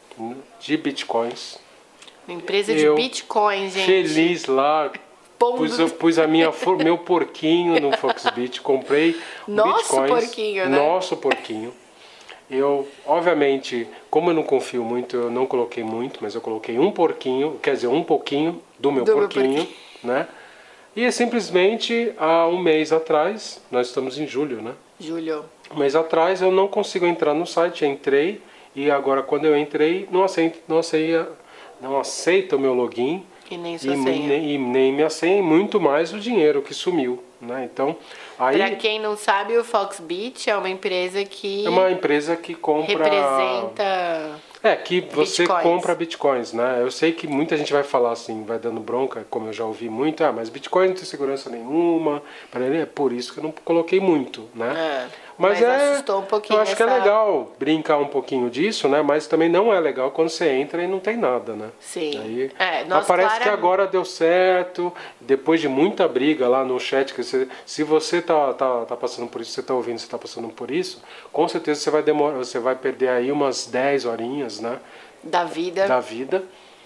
de bitcoins. Uma empresa de Eu, Bitcoin, gente. Feliz lá, Pondo- pus, eu pus a minha, for- meu porquinho no Foxbit, comprei Nosso bitcoins. porquinho, né? Nosso porquinho. Eu, obviamente, como eu não confio muito, eu não coloquei muito, mas eu coloquei um porquinho, quer dizer, um pouquinho do meu Do meu porquinho, porquinho. né? E é simplesmente há um mês atrás, nós estamos em julho, né? Júlio. Um mês atrás eu não consigo entrar no site, entrei e agora quando eu entrei não aceita, não aceita, não aceita o meu login E nem e, sua senha. nem, e nem minha senha e muito mais o dinheiro que sumiu, né? Então aí Pra quem não sabe, o Foxbit é uma empresa que é uma empresa que compra representa... É, que você Bitcoins. compra bitcoins, né? Eu sei que muita gente vai falar assim, vai dando bronca, como eu já ouvi muito, ah, mas bitcoin não tem segurança nenhuma, para ele é por isso que eu não coloquei muito, né? É, Mas, mas é, assustou um pouquinho eu acho que é essa- legal brincar um pouquinho disso, né? Mas também não é legal quando você entra e não tem nada, né? Sim. Aí, É, nós mas parece clara- que agora deu certo, depois de muita briga lá no chat, que você, se você tá, tá, tá passando por isso, você tá ouvindo, você tá passando por isso, com certeza você vai demorar, você vai perder aí umas dez horinhas, né? Da vida. Da vida,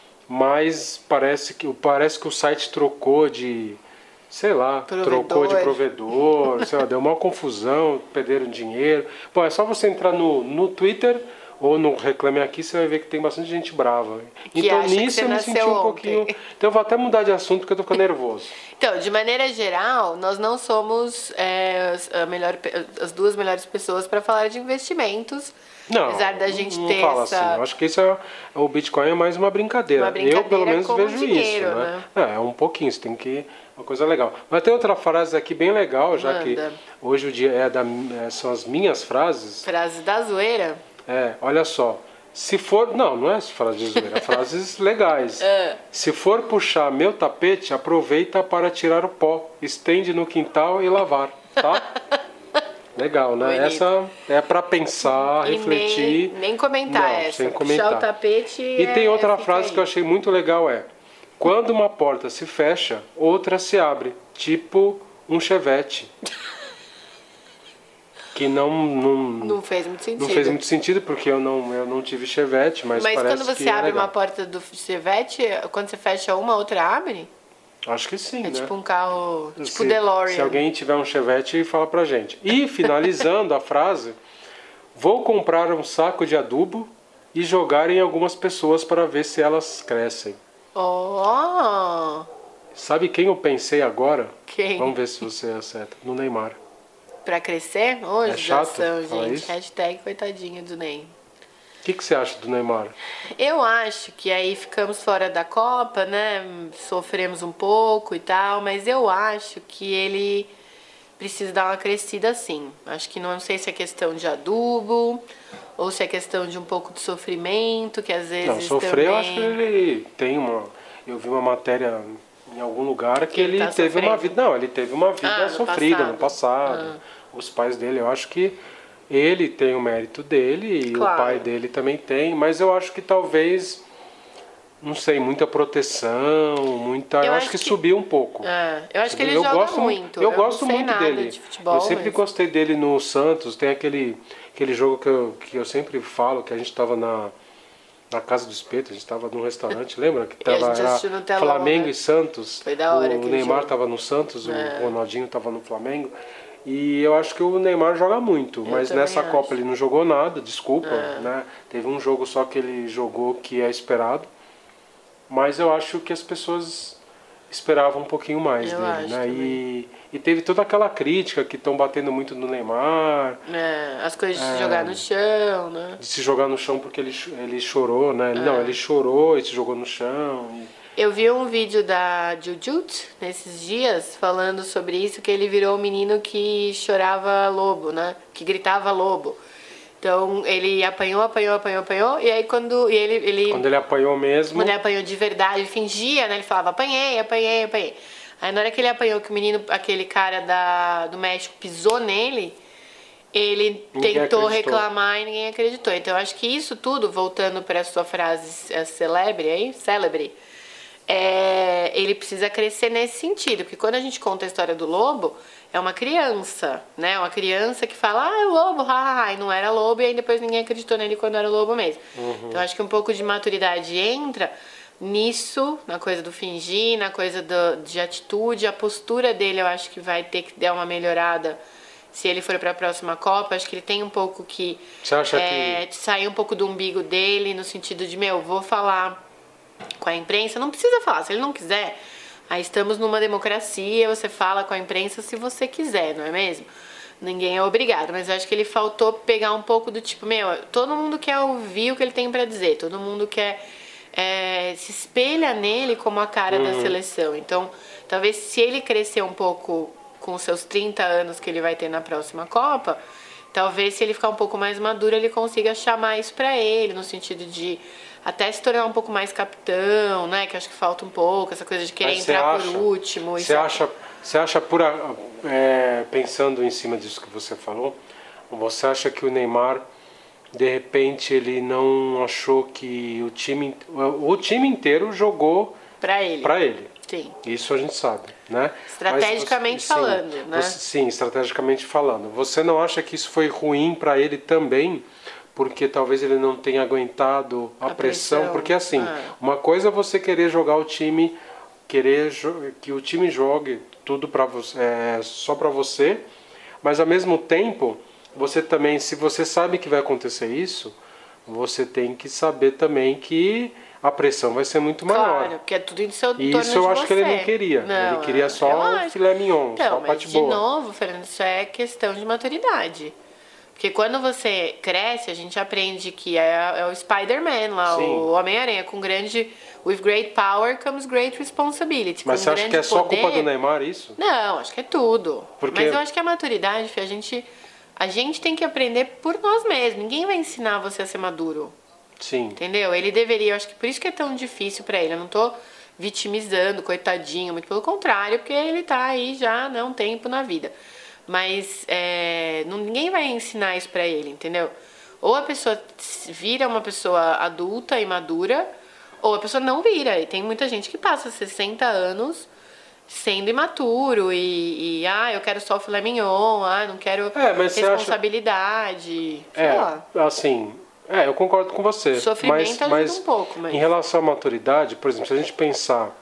mas parece que, parece que o site trocou de, sei lá, Provedor. trocou de provedor, sei lá, deu uma confusão, perderam dinheiro. Bom, é só você entrar no, no Twitter ou no Reclame Aqui, você vai ver que tem bastante gente brava. Que Então acha que nisso você eu me nasceu senti um ontem. pouquinho... Então eu vou até mudar de assunto porque eu tô ficando nervoso. Então, de maneira geral, nós não somos é, as- a melhor, pe- as duas melhores pessoas para falar de investimentos. Não, apesar da gente não ter fala essa... assim. Eu acho que isso é, o Bitcoin é mais uma brincadeira. Uma brincadeira eu, pelo menos, com vejo dinheiro, isso. Né? É, é um pouquinho, você tem que... Uma coisa legal. Mas tem outra frase aqui bem legal, já Manda. que hoje o dia é da, é, são as minhas frases. Frase da zoeira. É, olha só. Se for... Não, não é frase de zoeira, é frases legais. É. Se for puxar meu tapete, aproveita para tirar o pó. Estende no quintal e lavar, tá? Legal, né? Bonito. Essa é para pensar, E refletir. nem, nem comentar Não, essa. sem Puxar comentar. o tapete E é- tem outra fica frase aí. que eu achei muito legal, é: quando uma porta se fecha, outra se abre, tipo um chevette. Que não não, Não fez muito sentido. não fez muito sentido porque eu não eu não tive chevette, mas, Mas parece quando você que é abre legal. uma porta do Chevette, quando você fecha uma, a outra abre? Acho que sim, É né? tipo um carro, tipo se, DeLorean. se alguém tiver um chevette, fala pra gente. E finalizando a frase, Vou comprar um saco de adubo e jogar em algumas pessoas para ver se elas crescem. Oh! Sabe quem eu pensei agora? Quem? Vamos ver se você acerta. No Neymar. Pra crescer? Hoje, É chato ação, falar gente. isso? Hashtag coitadinho do Ney. O que, que você acha do Neymar? Eu acho que aí ficamos fora da Copa, né? Sofremos um pouco e tal, mas eu acho que ele precisa dar uma crescida sim. Acho que não sei se é questão de adubo ou se é questão de um pouco de sofrimento, que às vezes Não, sofrer também... eu acho que ele tem uma... Eu vi uma matéria em algum lugar que, Que ele ele tá teve sofrendo. uma vida... Não, ele teve uma vida Ah, no sofrida passado. no passado. Ah. Os pais dele, eu acho que ele tem o mérito dele e Claro. o pai dele também tem, mas eu acho que talvez, não sei, muita proteção, muita... Eu, Eu acho acho que, que- subiu um pouco. É, eu acho que ele eu joga gosto muito. Eu, não gosto sei muito nada dele. de futebol, eu sempre mas- gostei dele no Santos. Tem aquele, aquele jogo que eu, que eu sempre falo, que a gente estava na, na Casa do Espeto, a gente estava num restaurante, lembra? Que E a tava, gente assistiu no era telão, Flamengo né? e Santos. Foi da hora O aquele Neymar jogo. estava no Santos, É. o Ronaldinho estava no Flamengo. E eu acho que o Neymar joga muito, mas também nessa acho. Copa ele não jogou nada, desculpa, É. né? Teve um jogo só que ele jogou que é esperado. Mas eu acho que as pessoas esperavam um pouquinho mais Eu dele, acho né? também. E, e teve toda aquela crítica que estão batendo muito no Neymar, É, as coisas de se jogar no chão, né? de se jogar no chão porque ele, cho- ele chorou, né? É. Não, ele chorou e se jogou no chão. e- Eu vi um vídeo da Jujut nesses dias falando sobre isso, que ele virou o menino que chorava lobo, né? Que gritava lobo. Então ele apanhou, apanhou, apanhou, apanhou, e aí quando e ele, ele Quando ele apanhou mesmo, Quando ele apanhou de verdade, ele fingia, né? Ele falava, apanhei, apanhei, apanhei. Aí na hora que ele apanhou, que o menino, aquele cara da, do México pisou nele, ele Ninguém tentou acreditou. reclamar e ninguém acreditou. Então eu acho que isso tudo, voltando para a sua frase é, celebre aí, célebre, é, ele precisa crescer nesse sentido. Porque quando a gente conta a história do lobo, é uma criança, né? Uma criança que fala, ah, é o lobo, ah, e não era lobo, e aí depois ninguém acreditou nele quando era lobo mesmo. Então acho que um pouco de maturidade entra nisso, na coisa do fingir, na coisa do, de atitude. A postura dele eu acho que vai ter que dar uma melhorada se ele for para a próxima Copa. Acho que ele tem um pouco que, Você acha é, sair um pouco do umbigo dele, no sentido de, meu, vou falar com a imprensa. Não precisa falar, se ele não quiser. Aí estamos numa democracia, você fala com a imprensa se você quiser, não é mesmo? Ninguém é obrigado, mas eu acho que ele faltou pegar um pouco do tipo, meu, todo mundo quer ouvir o que ele tem pra dizer, todo mundo quer é, se espelha nele como a cara da seleção. Então, talvez se ele crescer um pouco com os seus trinta anos que ele vai ter na próxima Copa, talvez se ele ficar um pouco mais maduro, ele consiga chamar isso pra ele, no sentido de até se tornar um pouco mais capitão, né? Que eu acho que falta um pouco, essa coisa de querer Mas você entrar acha- por último. Você isso é- acha, você acha por a- é, pensando em cima disso que você falou, você acha que o Neymar de repente ele não achou que o time o time inteiro jogou Pra ele. para ele? Sim. Isso a gente sabe, né? Estrategicamente Mas você- falando, sim, né? você- sim, estrategicamente falando. Você não acha que isso foi ruim para ele também? Porque talvez ele não tenha aguentado a, A pressão. pressão, Porque assim, é. uma coisa é você querer jogar o time, querer jo- que o time jogue tudo para você, é, só para você, mas ao mesmo tempo, você também, se você sabe que vai acontecer isso, você tem que saber também que a pressão vai ser muito maior. Claro, porque é tudo em seu E torno isso eu de acho que ele você. não queria. Não, ele queria é, só eu o acho. filé mignon, Então, só a mas parte de boa. novo, Fernando, isso é questão de maturidade. Porque quando você cresce, a gente aprende que é, é o Spider-Man lá, Sim. o Homem-Aranha, com grande... With great power comes great responsibility. Mas Com você acha grande que é só poder- culpa do Neymar isso? Não, acho que é tudo. Porque- Mas eu acho que a maturidade, Fê, a gente, a gente tem que aprender por nós mesmos. Ninguém vai ensinar você a ser maduro. Sim. Entendeu? Ele deveria, eu acho que por isso que é tão difícil pra ele. Eu não tô vitimizando, coitadinho, muito pelo contrário, porque ele tá aí já, né, um tempo na vida. Mas é, não, ninguém vai ensinar isso pra ele, entendeu? Ou a pessoa vira uma pessoa adulta e madura, ou a pessoa não vira. E tem muita gente que passa sessenta anos sendo imaturo e, e ah, eu quero só o filé mignon, ah, não quero É, mas você acha- responsabilidade, sei lá. É, assim, é, eu concordo com você. Sofrimento mas, ajuda mas um pouco, mas- em relação à maturidade, por exemplo, se a gente pensar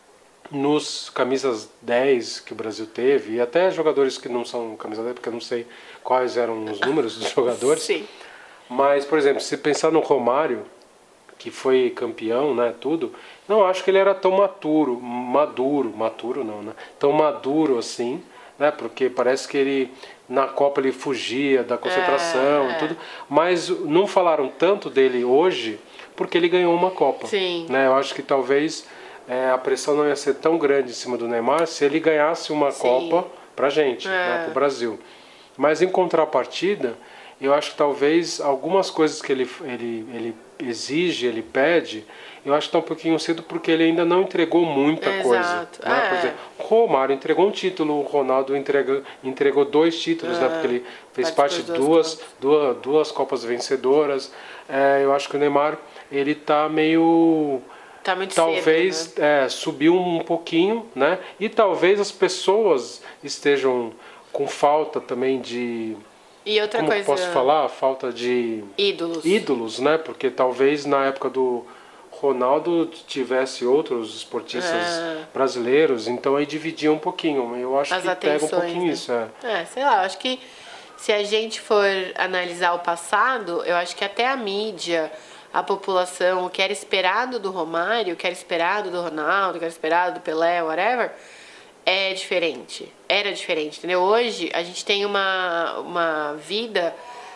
nos camisas dez que o Brasil teve, e até jogadores que não são camisa dez, porque eu não sei quais eram os números dos jogadores, Sim. Mas, por exemplo, se pensar no Romário, que foi campeão, né, tudo, não acho que ele era tão maturo, maduro, maturo não, né, tão maduro assim, né, porque parece que ele, na Copa ele fugia da concentração é, e é. tudo, mas não falaram tanto dele hoje porque ele ganhou uma Copa. Sim. Né, eu acho que talvez é, a pressão não ia ser tão grande em cima do Neymar se ele ganhasse uma Sim. Copa pra gente, é. né, pro Brasil. Mas em contrapartida, eu acho que talvez algumas coisas que ele, ele, ele exige, ele pede, eu acho que está um pouquinho cedo porque ele ainda não entregou muita Exato. coisa. Né? É. Por exemplo, o Romário entregou um título, o Ronaldo entregou, entregou dois títulos, é. né? Porque ele fez parte de duas, duas, duas Copas vencedoras. É, eu acho que o Neymar, ele está meio... Tá muito talvez cedo, né? é, subiu um pouquinho, né? E talvez as pessoas estejam com falta também de... E outra Como coisa... posso falar? Falta de... Ídolos. Ídolos, né? Porque talvez na época do Ronaldo tivesse outros esportistas é. brasileiros, então aí dividia um pouquinho. Eu acho As que atenções, pega um pouquinho né? isso. É. é, sei lá, acho que se a gente for analisar o passado, eu acho que até a mídia, a população, o que era esperado do Romário, o que era esperado do Ronaldo, o que era esperado do Pelé, whatever... é diferente, era diferente, entendeu? Hoje a gente tem uma, uma vida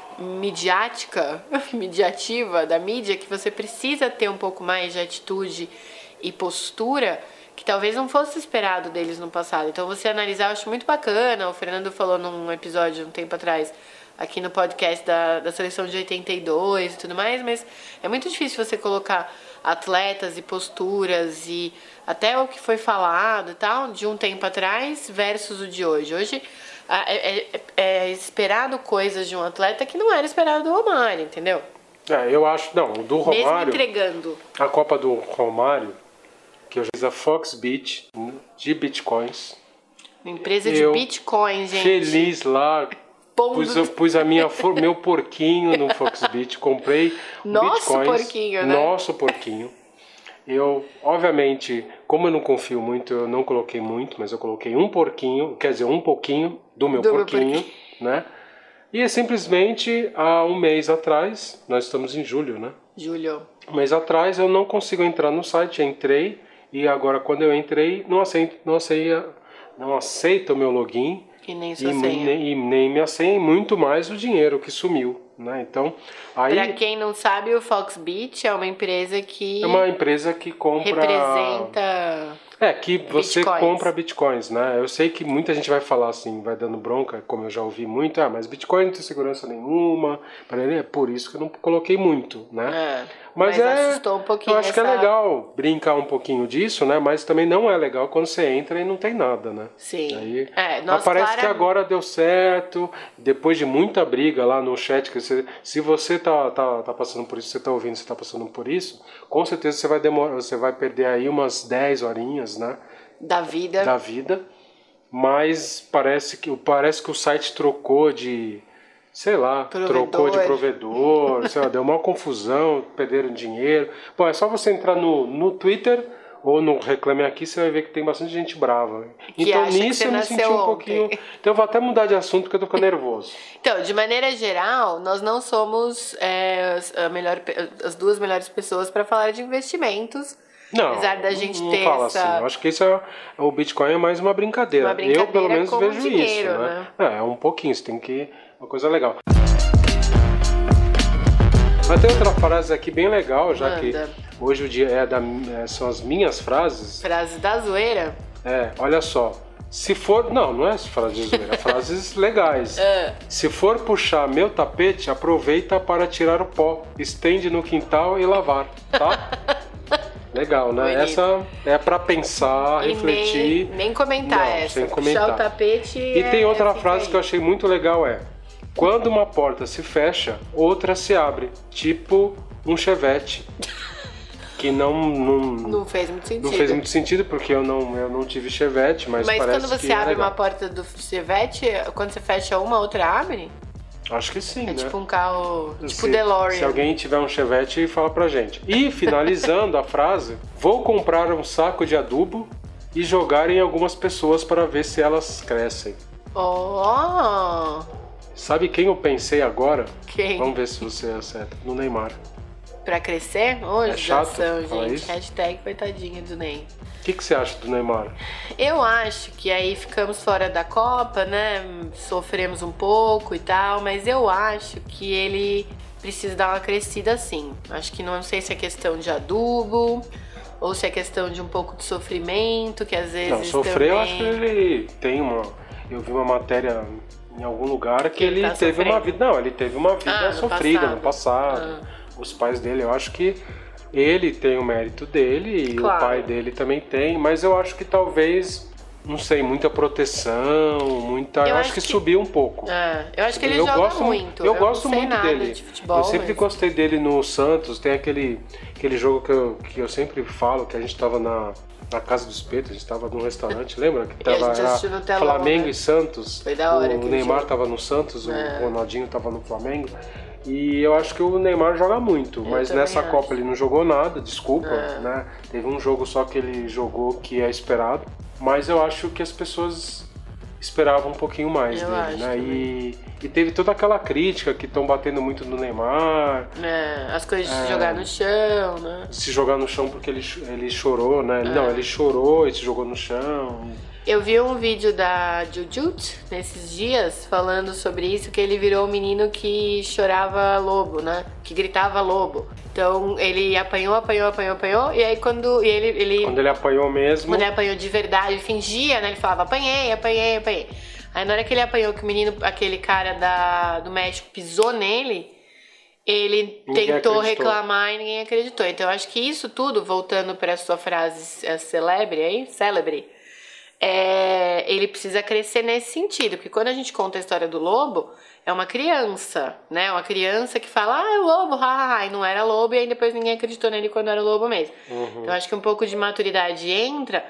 midiática, mediativa da mídia, que você precisa ter um pouco mais de atitude e postura que talvez não fosse esperado deles no passado. Então você analisar, eu acho muito bacana, o Fernando falou num episódio um tempo atrás, aqui no podcast da, da seleção de oitenta e dois e tudo mais, mas é muito difícil você colocar atletas e posturas e até o que foi falado e tal, de um tempo atrás versus o de hoje. Hoje é, é, é esperado coisas de um atleta que não era esperado do Romário, entendeu? É, eu acho, não, do Romário... Mesmo entregando. A Copa do Romário, que eu fiz a Foxbit de Bitcoins. Uma empresa de eu, Bitcoin, gente. Feliz lá... Pus, eu pus a minha, meu porquinho no Foxbit, comprei Nosso bitcoins, porquinho, né? Nosso porquinho. Eu, obviamente, como eu não confio muito, eu não coloquei muito, mas eu coloquei um porquinho, quer dizer, um pouquinho do meu do porquinho, meu porquinho, né? E simplesmente, há um mês atrás, nós estamos em julho, né? Julho. Um mês atrás, eu não consigo entrar no site, entrei, e agora quando eu entrei, não aceita, não aceita, não aceita o meu login, E nem sua e, senha. nem, e nem minha senha, e muito mais o dinheiro que sumiu, né? Então, aí... Pra quem não sabe, o Foxbit é uma empresa que... É uma empresa que compra... representa... É, que você bitcoins. compra bitcoins, né? Eu sei que muita gente vai falar assim, vai dando bronca, como eu já ouvi muito, ah, mas bitcoin não tem segurança nenhuma, é por isso que eu não coloquei muito, né? É, mas, mas é, assustou um pouquinho eu acho essa... que é legal brincar um pouquinho disso, né? Mas também não é legal quando você entra e não tem nada, né? Sim. Aí, é, nós mas parece clara... que agora deu certo, depois de muita briga lá no chat, que você, se você tá, tá, tá passando por isso, você tá ouvindo, você tá passando por isso, com certeza você vai demorar, você vai perder aí umas dez horinhas, né? Da vida. Da vida. Mas parece que, parece que o site trocou de... Sei lá, provedor. trocou de provedor, sei lá, deu uma confusão, perderam dinheiro. Bom, é só você entrar no, no Twitter ou no Reclame Aqui, você vai ver que tem bastante gente brava. Que então acha que nisso você eu me nasceu senti um ontem. pouquinho... Então eu vou até mudar de assunto porque eu tô ficando nervoso. Então, de maneira geral, nós não somos é, a melhor, as duas melhores pessoas para falar de investimentos. Não, apesar da gente não ter fala essa... assim. Eu acho que isso é, o Bitcoin é mais uma brincadeira. Uma brincadeira eu, pelo menos, com vejo dinheiro, isso, né? né? É, um pouquinho, você tem que... Uma coisa legal. Mas tem outra frase aqui bem legal, já Manda. que hoje o dia é da, é, são as minhas frases. Frase da zoeira. É, olha só. Se for... Não, não é frase de zoeira, frases legais. É. Se for puxar meu tapete, aproveita para tirar o pó. Estende no quintal e lavar, tá? Legal, né? Bonito. Essa é pra pensar, E refletir. Nem, nem comentar Não, essa. sem comentar. Puxar o tapete E é, tem outra fica frase aí. que eu achei muito legal, é: quando uma porta se fecha, outra se abre. Tipo um chevette. Que não... Não, Não fez muito sentido. não fez muito sentido, porque eu não, eu não tive chevette, mas, Mas parece quando você que é abre legal. uma porta do chevette, quando você fecha uma, a outra abre? Acho que sim, É né? tipo um carro, tipo se, DeLorean. Se alguém tiver um Chevette, fala pra gente. E, finalizando a frase, vou comprar um saco de adubo e jogar em algumas pessoas para ver se elas crescem. Oh! Sabe quem eu pensei agora? Quem? Vamos ver se você acerta. No Neymar. Pra crescer? Ô, É chato judiação, falar gente. isso? Hashtag coitadinha do Ney. O que, que você acha do Neymar? Eu acho que aí ficamos fora da Copa, né? Sofremos um pouco e tal, mas eu acho que ele precisa dar uma crescida sim. Acho que não sei se é questão de adubo ou se é questão de um pouco de sofrimento, que às vezes Não, sofrer, também... eu acho que ele tem uma... Eu vi uma matéria em algum lugar que, Que ele ele tá teve sofrendo? uma vida... Não, ele teve uma vida Ah, no sofrida passado. no passado. Ah. Os pais dele, eu acho que ele tem o mérito dele e Claro. o pai dele também tem, mas eu acho que talvez, não sei, muita proteção, muita... Eu, Eu acho acho que, que- subiu um pouco. É, eu acho que ele eu joga gosto muito. Eu, gosto não sei muito nada dele. de futebol, eu sempre mas- gostei dele no Santos. Tem aquele, aquele jogo que eu, que eu sempre falo, que a gente tava na, na Casa do Espeto, a gente tava num restaurante, lembra? Que E a tava, gente assistiu no era telão, Flamengo né? e Santos. Foi da hora O aquele Neymar jogo. tava no Santos, É. o Ronaldinho tava no Flamengo. E eu acho que o Neymar joga muito, mas também nessa acho. Copa ele não jogou nada, desculpa, É. né? Teve um jogo só que ele jogou que é esperado, mas eu acho que as pessoas esperavam um pouquinho mais Eu dele, acho né? também. E, e teve toda aquela crítica que estão batendo muito no Neymar, É, as coisas de se jogar no chão, né? se jogar no chão porque ele, ele chorou, né? É. Não, ele chorou e se jogou no chão. Eu vi um vídeo da Jujut nesses dias falando sobre isso, que ele virou um menino que chorava lobo, né? Que gritava lobo. Então ele apanhou, apanhou, apanhou, apanhou, e aí quando e ele, ele Quando ele apanhou mesmo, quando ele apanhou de verdade, ele fingia, né? Ele falava apanhei, apanhei, apanhei. Aí na hora que ele apanhou, que o menino, aquele cara da, do México pisou nele, ele Ninguém tentou acreditou. reclamar e ninguém acreditou. Então eu acho que isso tudo, voltando para a sua frase é, celebre aí, célebre, é, ele precisa crescer nesse sentido, porque quando a gente conta a história do lobo, é uma criança, né? Uma criança que fala, ah, é o lobo, hahaha, e não era lobo, e aí depois ninguém acreditou nele quando era o lobo mesmo. Uhum. Então eu acho que um pouco de maturidade entra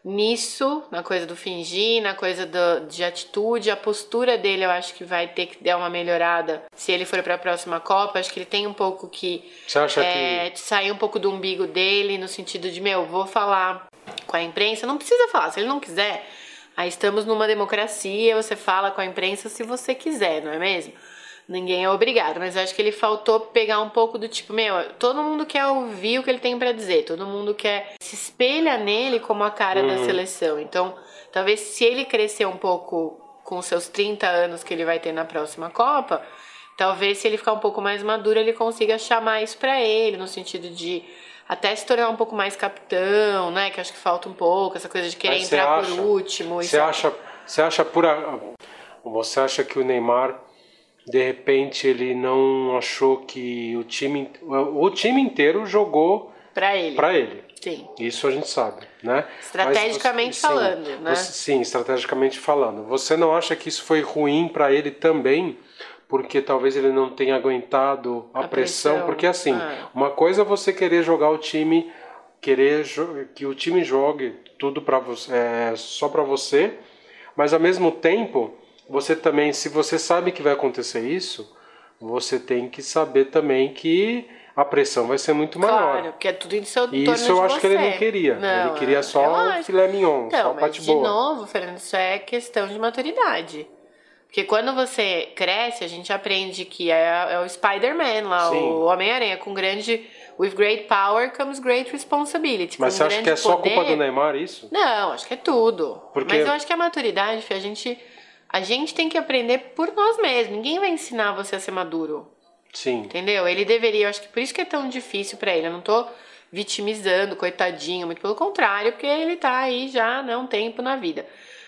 nisso, na coisa do fingir, na coisa do, de atitude, a postura dele eu acho que vai ter que dar uma melhorada se ele for para a próxima Copa. Acho que ele tem um pouco que você acha é, que... sair um pouco do umbigo dele, no sentido de, meu, vou falar com a imprensa, não precisa falar, se ele não quiser, aí estamos numa democracia, você fala com a imprensa se você quiser, não é mesmo? Ninguém é obrigado, mas eu acho que ele faltou pegar um pouco do tipo, meu, todo mundo quer ouvir o que ele tem pra dizer, todo mundo quer, se espelha nele como a cara da seleção. Então, talvez se ele crescer um pouco com os seus trinta anos que ele vai ter na próxima Copa, talvez se ele ficar um pouco mais maduro, ele consiga chamar isso pra ele, no sentido de até se tornar um pouco mais capitão, né? Que acho que falta um pouco, essa coisa de querer Mas você entrar acha- por último. Você isso é- acha, você acha por a- você acha que o Neymar de repente ele não achou que o time o time inteiro jogou Pra ele. para ele? Sim. Isso a gente sabe, né? Estrategicamente Mas você- falando, sim, né? você- sim, estrategicamente falando. Você não acha que isso foi ruim para ele também? Porque talvez ele não tenha aguentado a, A pressão. pressão, Porque assim, ah. uma coisa é você querer jogar o time, querer jo- que o time jogue tudo para você, é, só para você, mas ao mesmo tempo, você também, se você sabe que vai acontecer isso, você tem que saber também que a pressão vai ser muito maior. Claro, porque é tudo em seu E torno isso eu de acho que ele você. não queria. Não, ele queria é, só eu o acho. filé mignon, Então, só a mas parte de boa. novo, Fernando, isso é questão de maturidade. Porque quando você cresce, a gente aprende que é, é o Spider-Man lá, Sim. o Homem-Aranha, com grande... With great power comes great responsibility. Mas Com você acha grande que é só poder- culpa do Neymar isso? Não, acho que é tudo. Porque- Mas eu acho que a maturidade, Fê, a gente, a gente tem que aprender por nós mesmos. Ninguém vai ensinar você a ser maduro. Sim. Entendeu? Ele deveria, eu acho que por isso que é tão difícil pra ele. Eu não tô vitimizando, coitadinho, muito pelo contrário, porque ele tá aí já né, um tempo na vida.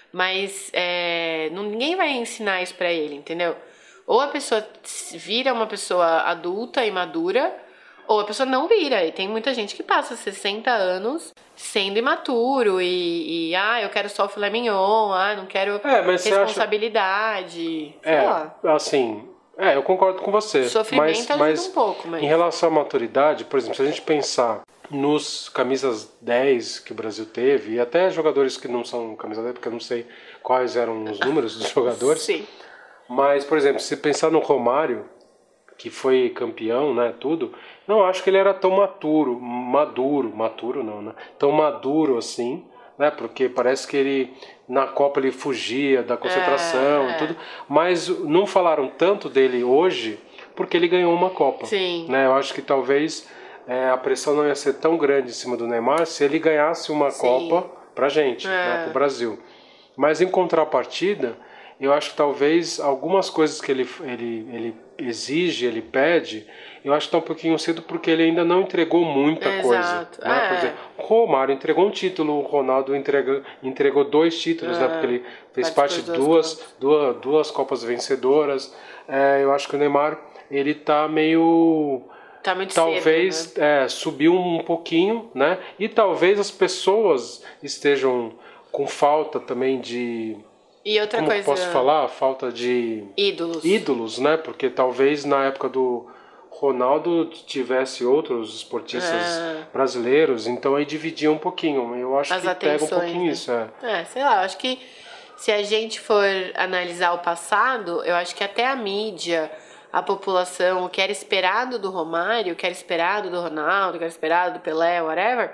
Mas é, não, ninguém vai ensinar isso pra ele, entendeu? Ou a pessoa vira uma pessoa adulta e madura, ou a pessoa não vira. E tem muita gente que passa sessenta anos sendo imaturo e, e ah, eu quero só o filé mignon, ah, não quero É, mas você acha- responsabilidade. Sei lá. É, assim, é, eu concordo com você. Sofrimento mas, ajuda mas um pouco, mas... em relação à maturidade, por exemplo, se a gente pensar nos camisas dez que o Brasil teve, e até jogadores que não são camisa dez, porque eu não sei quais eram os números dos jogadores, Sim. mas, por exemplo, se pensar no Romário, que foi campeão, né, tudo, não acho que ele era tão maturo, maduro, maturo não, né, tão maduro assim, né? Porque parece que ele na Copa ele fugia da concentração é, e é. tudo, mas não falaram tanto dele hoje porque ele ganhou uma Copa. Sim. Né? Eu acho que talvez é, a pressão não ia ser tão grande em cima do Neymar se ele ganhasse uma Sim. Copa pra gente, é. né? Pro Brasil. Mas em contrapartida, eu acho que talvez algumas coisas que ele, ele, ele exige, ele pede, eu acho que tá um pouquinho cedo porque ele ainda não entregou muita Exato. coisa. Né? É. Por exemplo, o Romário entregou um título, o Ronaldo entregou, entregou dois títulos, é. né? Porque ele fez parte de duas, duas, duas Copas vencedoras. É, eu acho que o Neymar, ele tá meio... Tá muito talvez cedo, né? é, subiu um pouquinho, né? E talvez as pessoas estejam com falta também de... E outra como coisa... posso falar? Falta de... Ídolos. Ídolos, né? Porque talvez na época do Ronaldo tivesse outros esportistas é. brasileiros, então aí dividia um pouquinho. Eu acho As que atenções, pega um pouquinho né? isso. É. é, sei lá, eu acho que se a gente for analisar o passado, eu acho que até a mídia, a população, o que era esperado do Romário, o que era esperado do Ronaldo, o que era esperado do Pelé, whatever,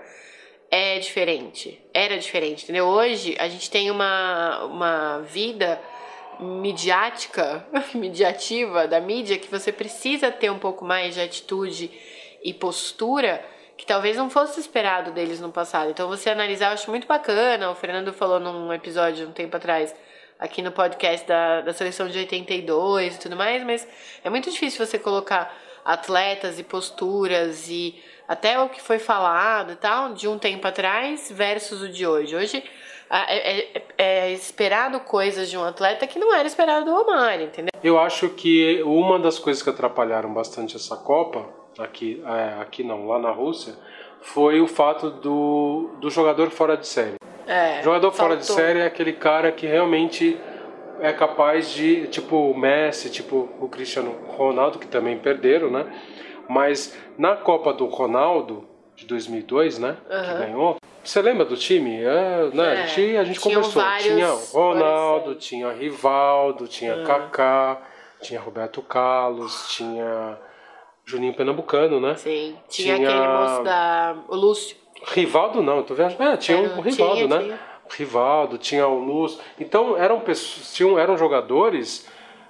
é diferente. Era diferente, entendeu? Hoje a gente tem uma, uma vida midiática, mediativa da mídia, que você precisa ter um pouco mais de atitude e postura que talvez não fosse esperado deles no passado. Então você analisar, eu acho muito bacana. O Fernando falou num episódio um tempo atrás aqui no podcast da, da seleção de oitenta e dois e tudo mais, mas é muito difícil você colocar atletas e posturas e até o que foi falado e tal, de um tempo atrás versus o de hoje. Hoje é, é, é esperado coisas de um atleta que não era esperado do Romário, entendeu? Eu acho que uma das coisas que atrapalharam bastante essa Copa, aqui, é, aqui não, lá na Rússia, foi o fato do, do jogador fora de série. É, o jogador faltou. fora de série é aquele cara que realmente é capaz de, tipo o Messi, tipo o Cristiano Ronaldo, que também perderam, né? Mas na Copa do Ronaldo, de dois mil e dois, né? Uhum. Que ganhou. Você lembra do time? É, né? É, a gente, a gente conversou. Tinha Ronaldo, tinha Rivaldo, tinha uhum. Kaká, tinha Roberto Carlos, tinha Juninho Pernambucano, né? Sim. Tinha, tinha... aquele moço da... o Lúcio. Rivaldo não, tô vendo. É, tinha o Rivaldo, tinha, né? Tinha. Rivaldo, tinha o Lúcio. Então eram pessoas, tinham, eram jogadores,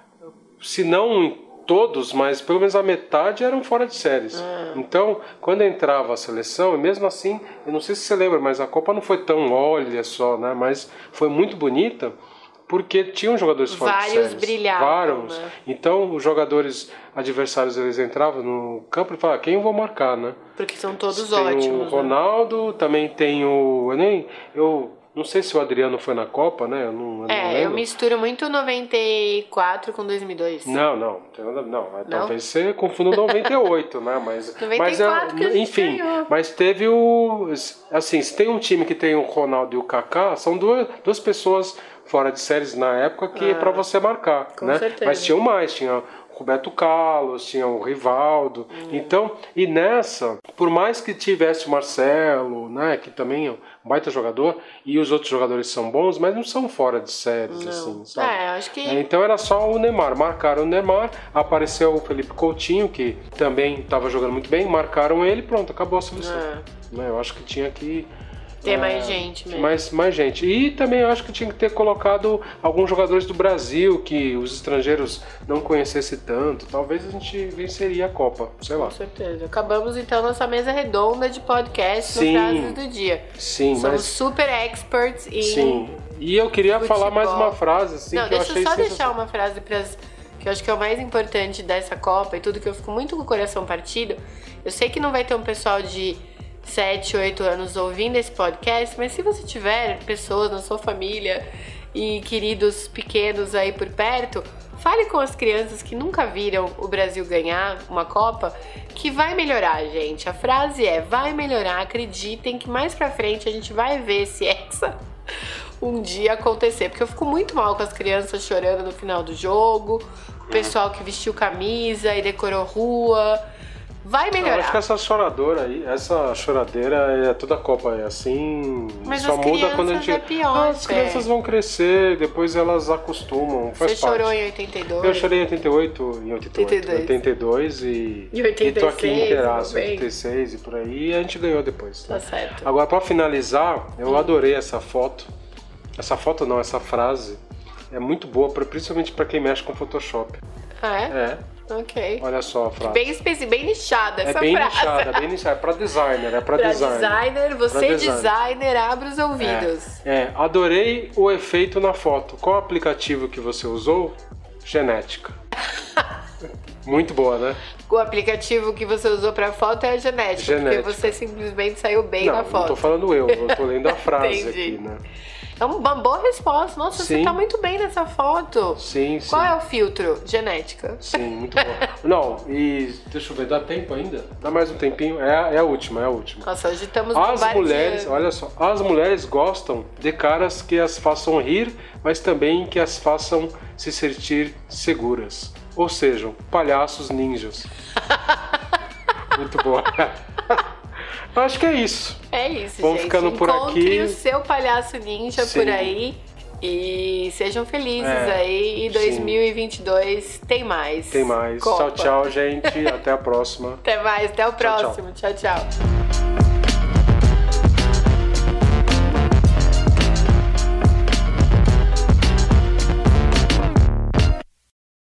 se não todos, mas pelo menos a metade eram fora de séries. Hum. Então, quando entrava a seleção, e mesmo assim, eu não sei se você lembra, mas a Copa não foi tão, olha só, né? Mas foi muito bonita, porque tinham jogadores fora Vários de séries. Brilhavam, Vários. Né? Então, os jogadores adversários, eles entravam no campo e falavam, quem eu vou marcar, né? Porque são todos tem ótimos. O Ronaldo, né? Também tem o... Eu nem... Eu, Não sei se o Adriano foi na Copa, né? Eu não, eu é, não eu misturo muito noventa e quatro com dois mil e dois. Não, não. Não, não. Talvez você confunda noventa e oito, né? Mas, noventa e quatro mas, que a gente enfim, ganhou. Mas teve o... Assim, se tem um time que tem o Ronaldo e o Kaká, são duas, duas pessoas fora de séries na época que ah, é pra você marcar, com né? certeza. Mas tinham mais, tinha... Roberto Carlos, tinha o Rivaldo. Hum. Então, e nessa, por mais que tivesse o Marcelo, né, que também é um baita jogador, e os outros jogadores são bons, mas não são fora de séries, não. assim, sabe? É, acho que... Então era só o Neymar. Marcaram o Neymar, apareceu o Felipe Coutinho, que também estava jogando muito bem, marcaram ele, pronto, acabou a seleção. É. Eu acho que tinha que... Ter é, mais gente mesmo. Mais, mais gente. E também eu acho que tinha que ter colocado alguns jogadores do Brasil que os estrangeiros não conhecessem tanto. Talvez a gente venceria a Copa, sei lá. Com certeza. Acabamos então nossa mesa redonda de podcast no Frases do Dia. Sim, Somos mas... super experts em Sim. E eu queria futebol. falar mais uma frase assim, não, que eu deixa achei eu só sensacional. deixar uma frase para que eu acho que é o mais importante dessa Copa e tudo, que eu fico muito com o coração partido. Eu sei que não vai ter um pessoal de sete, oito anos ouvindo esse podcast, mas se você tiver pessoas na sua família e queridos pequenos aí por perto, fale com as crianças que nunca viram o Brasil ganhar uma Copa, que vai melhorar, gente. A frase é, vai melhorar, acreditem que mais pra frente a gente vai ver se essa um dia acontecer, porque eu fico muito mal com as crianças chorando no final do jogo, o pessoal que vestiu camisa e decorou rua. vai melhorar. Eu acho que essa choradora aí, essa choradeira é toda a Copa, é assim. Mas só as muda quando a crianças gente. é pior, as crianças vão crescer, depois elas acostumam. Faz Você parte. chorou em oitenta e dois? Eu chorei em oitenta e oito, em oitenta e oito, oitenta e dois. oitenta e dois e. E oitenta e seis, e tô aqui em Terraço, noventa. oitenta e seis e por aí, e a gente ganhou depois. Tá Né? certo. Agora, pra finalizar, eu adorei essa foto. Essa foto não, essa frase. É muito boa, pra- principalmente pra quem mexe com Photoshop. Ah, é? É, Ok. olha só a frase. Bem específica, bem nichada É essa bem frase. nichada, bem nichada. É pra designer, é pra, Pra designer. designer, você Pra designer. designer, abre os ouvidos. É, é, adorei o efeito na foto. Qual aplicativo que você usou? Genética. Muito boa, né? O aplicativo que você usou pra foto é a genética, Genética. porque você simplesmente saiu bem não, na não foto. tô falando eu, eu tô lendo a frase Entendi. aqui, né? É uma boa resposta. Nossa, Sim. você tá muito bem nessa foto. Sim, sim. Qual é o filtro? Genética. Sim, muito bom. Não, e deixa eu ver, dá tempo ainda? Dá mais um tempinho? É, a- é a última, é a última. Nossa, hoje estamos As bombardeando. mulheres, olha só, as mulheres gostam de caras que as façam rir, mas também que as façam se sentir seguras. Ou sejam, palhaços ninjas. Muito boa. Eu acho que é isso. É isso, Vamos gente. ficando por Encontre aqui. o seu palhaço ninja Sim. por aí. E sejam felizes É, aí. E dois mil e vinte e dois tem mais. Tem mais. Copa. Tchau, tchau, gente. Até a próxima. Até mais. Até o Tchau, tchau. próximo. tchau. tchau.